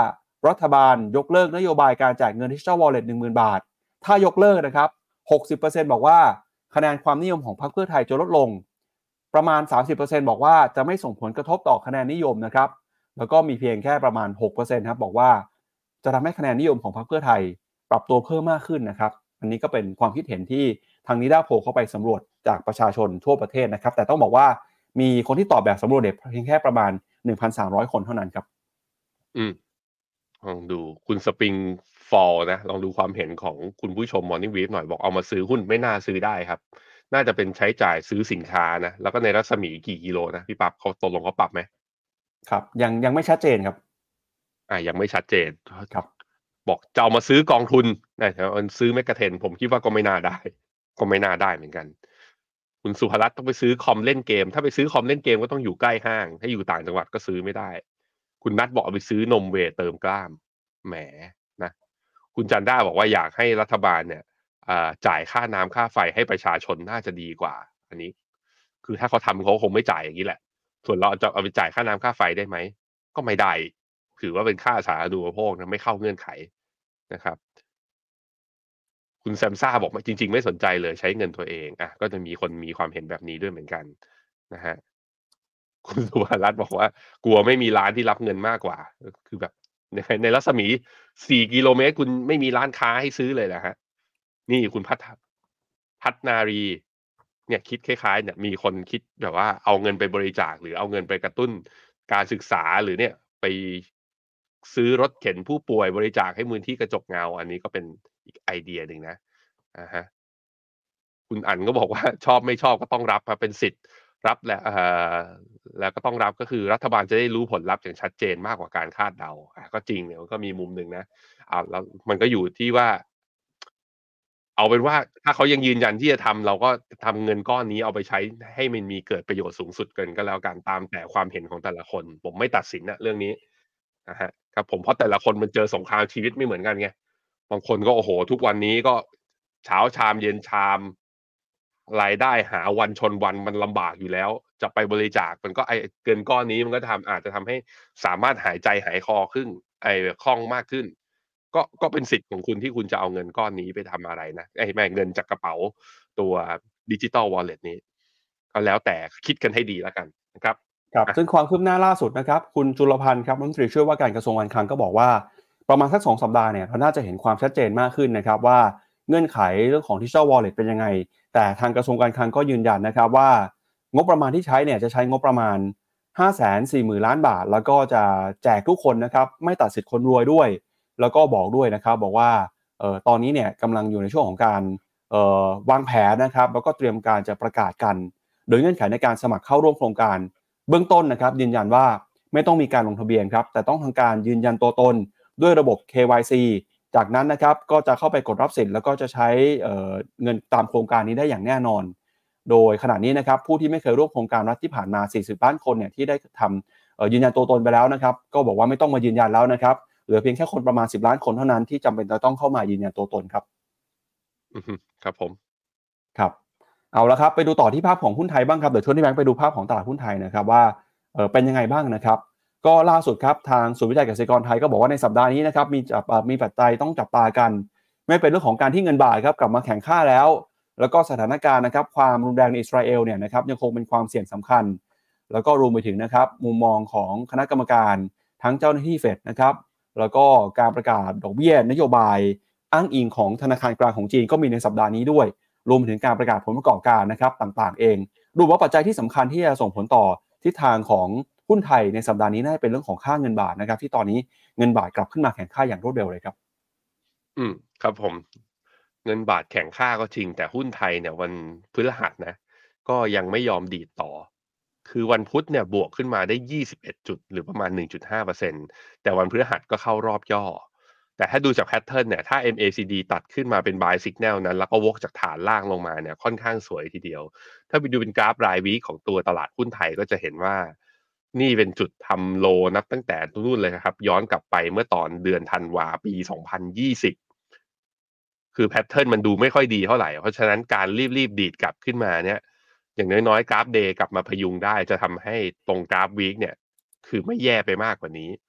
รัฐบาลยกเลิกนโยบายการแจกเงิน Digital Wallet หนึ่งหมื่น บาทถ้ายกเลิกนะครับ หกสิบเปอร์เซ็นต์ บอกว่าคะแนนความนิยมของพรรคเพื่อไทยจะลดลงประมาณ สามสิบเปอร์เซ็นต์ บอกว่าจะไม่ส่งผลกระทบต่อคะแนนนิยมนะครับแล้วก็มีเพียงแค่ประมาณ หกเปอร์เซ็นต์ ครับบอกว่าจะทำให้คะแนนนิยมของพรรคเพื่อไทยปรับตัวเพิ่มมากขึ้นนะครับอันนี้ก็เป็นความคิดเห็นที่ทางนิด้าโพลเข้าไปสำรวจจากประชาชนทั่วประเทศนะครับแต่ต้องบอกว่ามีคนที่ตอบแบบสำรวจเพียงแค่ประมาณ หนึ่งพันสามร้อย คนเท่านั้นครับอืมลองดูคุณสปริงฟอลนะลองดูความเห็นของคุณผู้ชม Morning Brief หน่อยบอกเอามาซื้อหุ้นไม่น่าซื้อได้ครับน่าจะเป็นใช้จ่ายซื้อสินค้านะแล้วก็ในรัศมีกี่กิโลนะพี่ปั๊บเขาตกลงเขาปรับไหมครับยังยังไม่ชัดเจนครับอ่ายังไม่ชัดเจนครับบอกจะเอามาซื้อกองทุนนะแต่มันซื้อเมกะเทนผมคิดว่าก็ไม่น่าได้ก็ไม่น่าได้เหมือนกันคุณสุภรัตน์ต้องไปซื้อคอมเล่นเกมถ้าไปซื้อคอมเล่นเกมก็ต้องอยู่ใกล้ห้างถ้าอยู่ต่างจังหวัดก็ซื้อไม่ได้คุณนัทบอกเอาไปซื้อนมเวย์เติมกล้ามแหมนะคุณจันด้าบอกว่าอยากให้รัฐบาลเนี่ยจ่ายค่าน้ำค่าไฟให้ประชาชนน่าจะดีกว่าอันนี้คือถ้าเขาทำเขาคงไม่จ่ายอย่างนี้แหละส่วนเราจะเอาไปจ่ายค่าน้ำค่าไฟได้ไหมก็ไม่ได้ถือว่าเป็นค่าสาธารณูปโภคนะไม่เข้าเงื่อนไขนะครับคุณแซมซ่าบอกจริงๆไม่สนใจเลยใช้เงินตัวเองอ่ะก็จะมีคนมีความเห็นแบบนี้ด้วยเหมือนกันนะฮะคุณสุวรรณรัตน์บอกว่ากลัวไม่มีร้านที่รับเงินมากกว่าคือแบบในในรัศมีสี่กิโลเมตรคุณไม่มีร้านค้าให้ซื้อเลยนะฮะนี่คุณพัฒพัฒนารีเนี่ยคิดคล้ายๆเนี่ยมีคนคิดแบบว่าเอาเงินไปบริจาคหรือเอาเงินไปกระตุ้นการศึกษาหรือเนี่ยไปซื้อรถเข็นผู้ป่วยบริจาคให้มูลที่กระจกเงาอันนี้ก็เป็นอีกไอเดียหนึ่งนะอ่าฮะคุณอั๋นก็บอกว่าชอบไม่ชอบก็ต้องรับครับเป็นสิทธิ์รับแหละเอ่อแล้วก็ต้องรับก็คือรัฐบาลจะได้รู้ผลลัพธ์อย่างชัดเจนมากกว่าการคาดเดาอ่าก็จริงเนี่ยมันก็มีมุมหนึ่งนะอ่าแล้วมันก็อยู่ที่ว่าเอาเป็นว่าถ้าเขายังยืนยันที่จะทำเราก็ทำเงินก้อนนี้เอาไปใช้ให้มันมีเกิดประโยชน์สูงสุดเกินก็แล้วกันตามแต่ความเห็นของแต่ละคนผมไม่ตัดสินนะเรื่องนี้นะฮะครับผมเพราะแต่ละคนมันเจอสงครามชีวิตไม่เหมือนกันไงบางคนก็โอ้โหทุกวันนี้ก็เช้าชามเย็นชามรายได้หาวันชนวันมันลำบากอยู่แล้วจะไปบริจาคมันก็ไอ้เงินก้อนนี้มันก็ทำอาจจะทำให้สามารถหายใจหายคอขึ้นไอ้คล่องมากขึ้น ก็ก็เป็นสิทธิ์ของคุณที่คุณจะเอาเงินก้อนนี้ไปทำอะไรนะไอ้ไม่เงินจากกระเป๋าตัว Digital Wallet นี้ก็แล้วแต่คิดกันให้ดีแล้วกันนะครับครับอะซึ่งความคืบหน้าล่าสุดนะครับคุณจุลพันธ์ครับรัฐมนตรีช่วยว่าการกระทรวงการคลังก็บอกว่าประมาณสักสองสัปดาห์เนี่ยเราน่าจะเห็นความชัดเจนมากขึ้นนะครับว่าเงื่อนไขเรื่องของ Digital Wallet เป็นยังไงแต่ทางกระทรวงการคลังก็ยืนยันนะครับว่างบประมาณที่ใช้เนี่ยจะใช้งบประมาณ ห้าแสนสี่หมื่น ล้านบาทแล้วก็จะแจกทุกคนนะครับไม่ตัดสิทธิ์คนรวยด้วยแล้วก็บอกด้วยนะครับบอกว่าเอ่อตอนนี้เนี่ยกำลังอยู่ในช่วงของการเอ่อวางแผนนะครับแล้วก็เตรียมการจะประกาศกันโดยเงื่อนไขในการสมัครเข้าร่วมโครงการเบื้องต้นนะครับยืนยันว่าไม่ต้องมีการลงทะเบียนครับแต่ต้องทำการยืนยันตัวตนด้วยระบบ เค วาย ซี จากนั้นนะครับก็จะเข้าไปกดรับสิทธิ์แล้วก็จะใช้เอ่อเงินตามโครงการนี้ได้อย่างแน่นอนโดยขณะนี้นะครับผู้ที่ไม่เคยร่วมโครงการรัฐที่ผ่านมาสี่สิบล้านคนเนี่ยที่ได้ทำเอ่อยืนยันตัวตนไปแล้วนะครับก็บอกว่าไม่ต้องมายืนยันแล้วนะครับเหลือเพียงแค่คนประมาณสิบล้านคนเท่านั้นที่จำเป็นจะต้องเข้ามายืนยันตัวตนครับอือฮึครับผมครับเอาละครับไปดูต่อที่ภาพของหุ้นไทยบ้างครับเดี๋ยวชวนที่แบงค์ไปดูภาพของตลาดหุ้นไทยนะครับว่าเอ่อเป็นยังไงบ้างนะครับก็ล่าสุดครับทางศูนย์วิจัยเกษตรกรไทยก็บอกว่าในสัปดาห์นี้นะครับมีจับมีปัจจัยต้องจับตากันไม่เป็นเรื่องของการที่เงินบาทครับกลับมาแข็งค่าแล้วแล้วก็สถานการณ์นะครับความรุนแรงในอิสราเอลเนี่ยนะครับยังคงเป็นความเสี่ยงสำคัญแล้วก็รวมไปถึงนะครับมุมมองของคณะกรรมการทั้งเจ้าหน้าที่เฟดนะครับแล้วก็การประกาศดอกเบี้ยนโยบายอ้างอิงของธนาคารกลางของจีนก็มีในสัปดาห์นี้ด้วยรวมถึงการประกาศผลประกอบการนะครับต่างๆเองดูว่าปัจจัยที่สำคัญที่จะส่งผลต่อทิศทางของหุ้นไทยในสัปดาห์นี้น่าจะเป็นเรื่องของค่าเงินบาทนะครับที่ตอนนี้เงินบาทกลับขึ้นมาแข็งค่าอย่างรวดเร็วเลยครับอืมครับผมเงินบาทแข็งค่าก็จริงแต่หุ้นไทยเนี่ยวันพฤหัสนะก็ยังไม่ยอมดีดต่อคือวันพุธเนี่ยบวกขึ้นมาได้ยี่สิบเอ็ดจุดหรือประมาณ หนึ่งจุดห้าเปอร์เซ็นต์ แต่วันพฤหัสก็เข้ารอบย่อแต่ถ้าดูจากแพทเทิร์นเนี่ยถ้า เอ็ม เอ ซี ดี ตัดขึ้นมาเป็น buy signal นั้นแล้วก็วกจากฐานล่างลงมาเนี่ยค่อนข้างสวยทีเดียวถ้าไปดูเป็นกราฟรายวีคของตัวตลาดหุ้นไทยก็จะเห็นว่านี่เป็นจุดทำโลนับตั้งแต่นู่นเลยครับย้อนกลับไปเมื่อตอนเดือนธันวาปีสองพันยี่สิบคือแพทเทิร์นมันดูไม่ค่อยดีเท่าไหร่เพราะฉะนั้นการรีบๆดีดกลับขึ้นมาเนี่ยอย่างน้อยๆกราฟเดย์กลับมาพยุงได้จะทำให้ตรงกราฟวีคเนี่ยคือไม่แย่ไปมากกว่านี้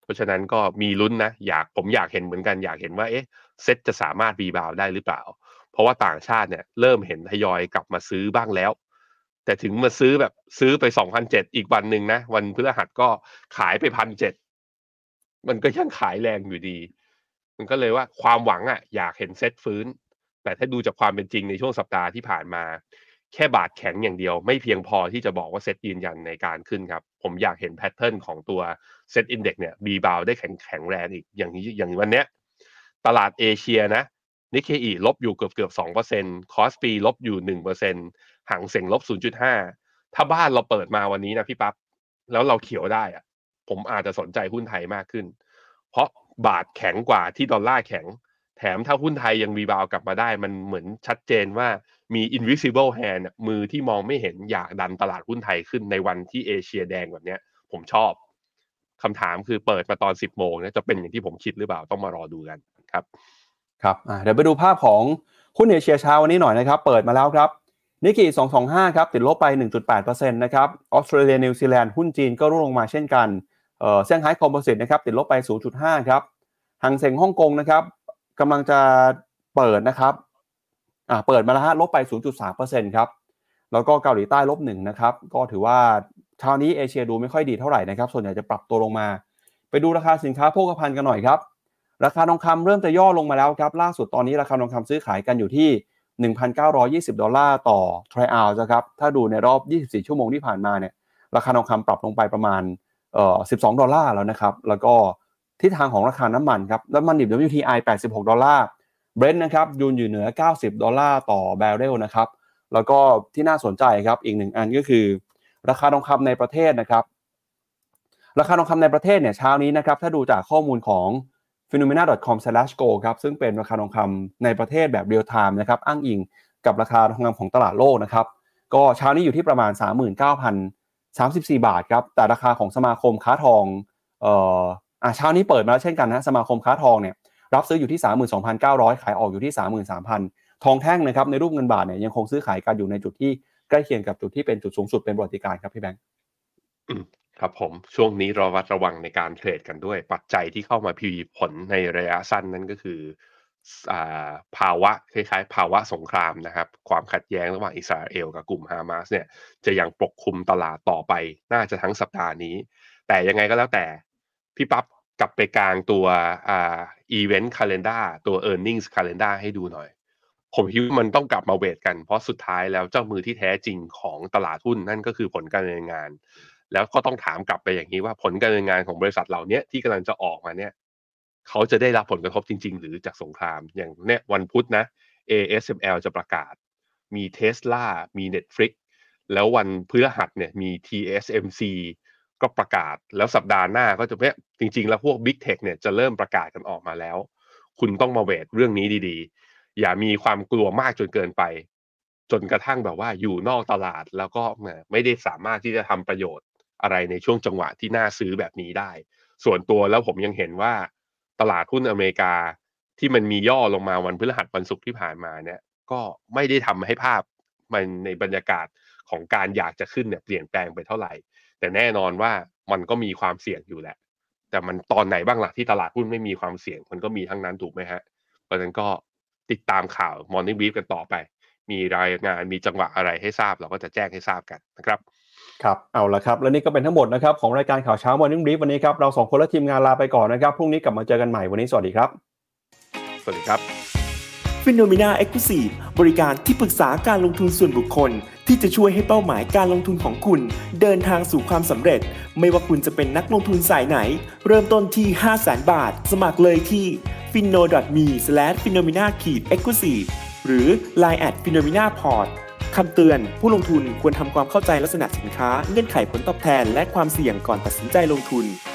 ราะฉะนั้นก็มีลุ้นนะอยากผมอยากเห็นเหมือนกันอยากเห็นว่าเอ๊ะเซ็ตจะสามารถรีบาวด์ได้หรือเปล่าเพราะว่าต่างชาติเนี่ยเริ่มเห็นทยอยกลับมาซื้อบ้างแล้วแต่ถึงมาซื้อแบบซื้อไป สองพันเจ็ดร้อย อีกวันนึงนะวันพฤหัสก็ขายไป หนึ่งพันเจ็ดร้อย มันก็ยังขายแรงอยู่ดีมันก็เลยว่าความหวังอ่ะอยากเห็นเซ็ตฟื้นแต่ถ้าดูจากความเป็นจริงในช่วงสัปดาห์ที่ผ่านมาแค่บาทแข็งอย่างเดียวไม่เพียงพอที่จะบอกว่าเซ็ตยืนยันในการขึ้นครับผมอยากเห็นแพทเทิร์นของตัวเซ็ตอินเด็กซ์เนี่ยรีบาวด์ได้แข็งแข็งแรงอีกอย่างนี้อย่างวันเนี้ยตลาดเอเชียนะนิกเคอีลบอยู่เกือบๆ สองเปอร์เซ็นต์ คอสปีลบอยู่ หนึ่งเปอร์เซ็นต์ หังเส็งลบ ศูนย์จุดห้า ถ้าบ้านเราเปิดมาวันนี้นะพี่ปั๊บแล้วเราเขียวได้อะผมอาจจะสนใจหุ้นไทยมากขึ้นเพราะบาทแข็งกว่าที่ดอลลาร์แข็งแถมถ้าหุ้นไทยยังรีบาวด์กลับมาได้มันเหมือนชัดเจนว่ามี invisible hand มือที่มองไม่เห็นอยากดันตลาดหุ้นไทยขึ้นในวันที่เอเชียแดงแบบนี้ผมชอบคำถามคือเปิดมาตอนสิบโมงนะจะเป็นอย่างที่ผมคิดหรือเปล่าต้องมารอดูกันครับครับเดี๋ยวไปดูภาพของหุ้นเอเชียเช้าวันนี้หน่อยนะครับเปิดมาแล้วครับนิกเกอีสองร้อยยี่สิบห้าครับติดลบไป หนึ่งจุดแปดเปอร์เซ็นต์ นะครับออสเตรเลียนิวซีแลนด์หุ้นจีนก็ร่วงลงมาเช่นกันเอ่อเซี่ยงไฮ้คอมโพสิตนะครับติดลบไป ศูนย์จุดห้า ครับหังเส็งฮ่องกงนะครับกำลังจะเปิดนะครับอ่าเปิดมาแล้วฮะลบไป ศูนย์จุดสามเปอร์เซ็นต์ ครับแล้วก็เกาหลีใต้ลบหนึ่งนะครับก็ถือว่าเช้านี้เอเชียดูไม่ค่อยดีเท่าไหร่นะครับส่วนใหญ่จะปรับตัวลงมาไปดูราคาสินค้าโภคภัณฑ์กันหน่อยครับราคาทองคำเริ่มจะย่อลงมาแล้วครับล่าสุดตอนนี้ราคาทองคำซื้อขายกันอยู่ที่ หนึ่งพันเก้าร้อยยี่สิบ ดอลลาร์ต่อทรัลล์นะครับถ้าดูในรอบยี่สิบสี่ชั่วโมงที่ผ่านมาเนี่ยราคาทองคำปรับลงไปประมาณเอ่อสิบสองดอลลาร์แล้วนะครับแล้วก็ทิศทางของราคาน้ำมันครับน้ำมันดิบ ดับเบิลยู ที ไอ แปดสิบหกดอลลาร์ Brent นะครับยืนอยู่เหนือเก้าสิบดอลลาร์ต่อแบเรลนะครับแล้วก็ที่น่าสนใจครับอีกหนึ่งอันก็คือราคาทองคำในประเทศนะครับราคาทองคำในประเทศเนี่ยเช้านี้นะครับถ้าดูจากข้อมูลของ ฟีโนเมนา ดอท คอม สแลช โกลด์ ครับซึ่งเป็นราคาทองคำในประเทศแบบเรียลไทม์นะครับอ้างอิงกับราคาทองคำของตลาดโลกนะครับก็เช้านี้อยู่ที่ประมาณ สามหมื่นเก้าพันสามสิบสี่ บาทครับแต่ราคาของสมาคมค้าทองเอ่ออ่ะเช้านี้เปิดมาแล้วเช่นกันนะสมาคมค้าทองเนี่ยรับซื้ออยู่ที่ สามหมื่นสองพันเก้าร้อย ขายออกอยู่ที่ สามหมื่นสามพัน ทองแท่งนะครับในรูปเงินบาทเนี่ยยังคงซื้อขายกันอยู่ในจุดที่ใกล้เคียงกับจุดที่เป็นจุดสูงสุดเป็นประวัติการณ์ครับพี่แบงค์ครับผมช่วงนี้ระวัดระวังในการเทรดกันด้วยปัจจัยที่เข้ามามีผลในระยะสั้นนั่นก็คืออ่าภาวะคล้ายๆภาวะสงครามนะครับความขัดแย้งระหว่างอิสราเอลกับกลุ่มฮามาสเนี่ยจะยังปกคลุมตลาดต่อไปน่าจะทั้งสัปดาห์นี้แต่ยังไงก็แล้วแต่พี่ปั๊บกลับไปกลางตัวอ่า Event Calendar ตัว Earnings Calendar ให้ดูหน่อยผมคิดว่ามันต้องกลับมาเวทกันเพราะสุดท้ายแล้วเจ้ามือที่แท้จริงของตลาดหุ้นนั่นก็คือผลการดำเนินงานแล้วก็ต้องถามกลับไปอย่างนี้ว่าผลการดำเนินงานของบริษัทเหล่านี้ที่กำลังจะออกมาเนี่ยเขาจะได้รับผลกระทบจริงๆหรือจากสงครามอย่างเนี่ยวันพุธนะ เอ เอส เอ็ม แอล จะประกาศมี Tesla มี Netflix แล้ววันพฤหัสเนี่ยมี ที เอส เอ็ม ซี ก็ประกาศแล้วสัปดาห์หน้าก็จะเนี่ยจริงๆแล้วพวก Big Tech เนี่ยจะเริ่มประกาศกันออกมาแล้วคุณต้องมาเวทเรื่องนี้ดีๆอย่ามีความกลัวมากจนเกินไปจนกระทั่งแบบว่าอยู่นอกตลาดแล้วก็ไม่ได้สามารถที่จะทำประโยชน์อะไรในช่วงจังหวะที่น่าซื้อแบบนี้ได้ส่วนตัวแล้วผมยังเห็นว่าตลาดหุ้นอเมริกาที่มันมีย่อลงมาวันพฤหัสวันศุกร์ที่ผ่านมาเนี่ยก็ไม่ได้ทำให้ภาพมันในบรรยากาศของการอยากจะขึ้นเนี่ยเปลี่ยนแปลงไปเท่าไหร่แต่แน่นอนว่ามันก็มีความเสี่ยงอยู่แหละแต่มันตอนไหนบ้างล่ะที่ตลาดหุ้นไม่มีความเสี่ยงมันก็มีทั้งนั้นถูกไหมฮะเพราะฉะนั้นก็ติดตามข่าว Morning Brief กันต่อไปมีรายงานมีจังหวะอะไรให้ทราบเราก็จะแจ้งให้ทราบกันนะครับครับเอาละครับและนี่ก็เป็นทั้งหมดนะครับของรายการข่าวเช้า Morning Brief วันนี้ครับเราสองคนและทีมงานลาไปก่อนนะครับพรุ่งนี้กลับมาเจอกันใหม่วันนี้สวัสดีครับสวัสดีครับ Phenomena Exclusive บริการที่ปรึกษาการลงทุนส่วนบุคคลที่จะช่วยให้เป้าหมายการลงทุนของคุณเดินทางสู่ความสำเร็จไม่ว่าคุณจะเป็นนักลงทุนสายไหนเริ่มต้นที่ ห้าแสน บาทสมัครเลยที่ ฟินโน ดอท มี สแลช ฟีโนเมนา เอ็กซ์คลูซีฟ หรือ ไลน์ แอท ฟีโนเมนา พอร์ต คำเตือนผู้ลงทุนควรทำความเข้าใจลักษณะสินค้าเงื่อนไขผลตอบแทนและความเสี่ยงก่อนตัดสินใจลงทุน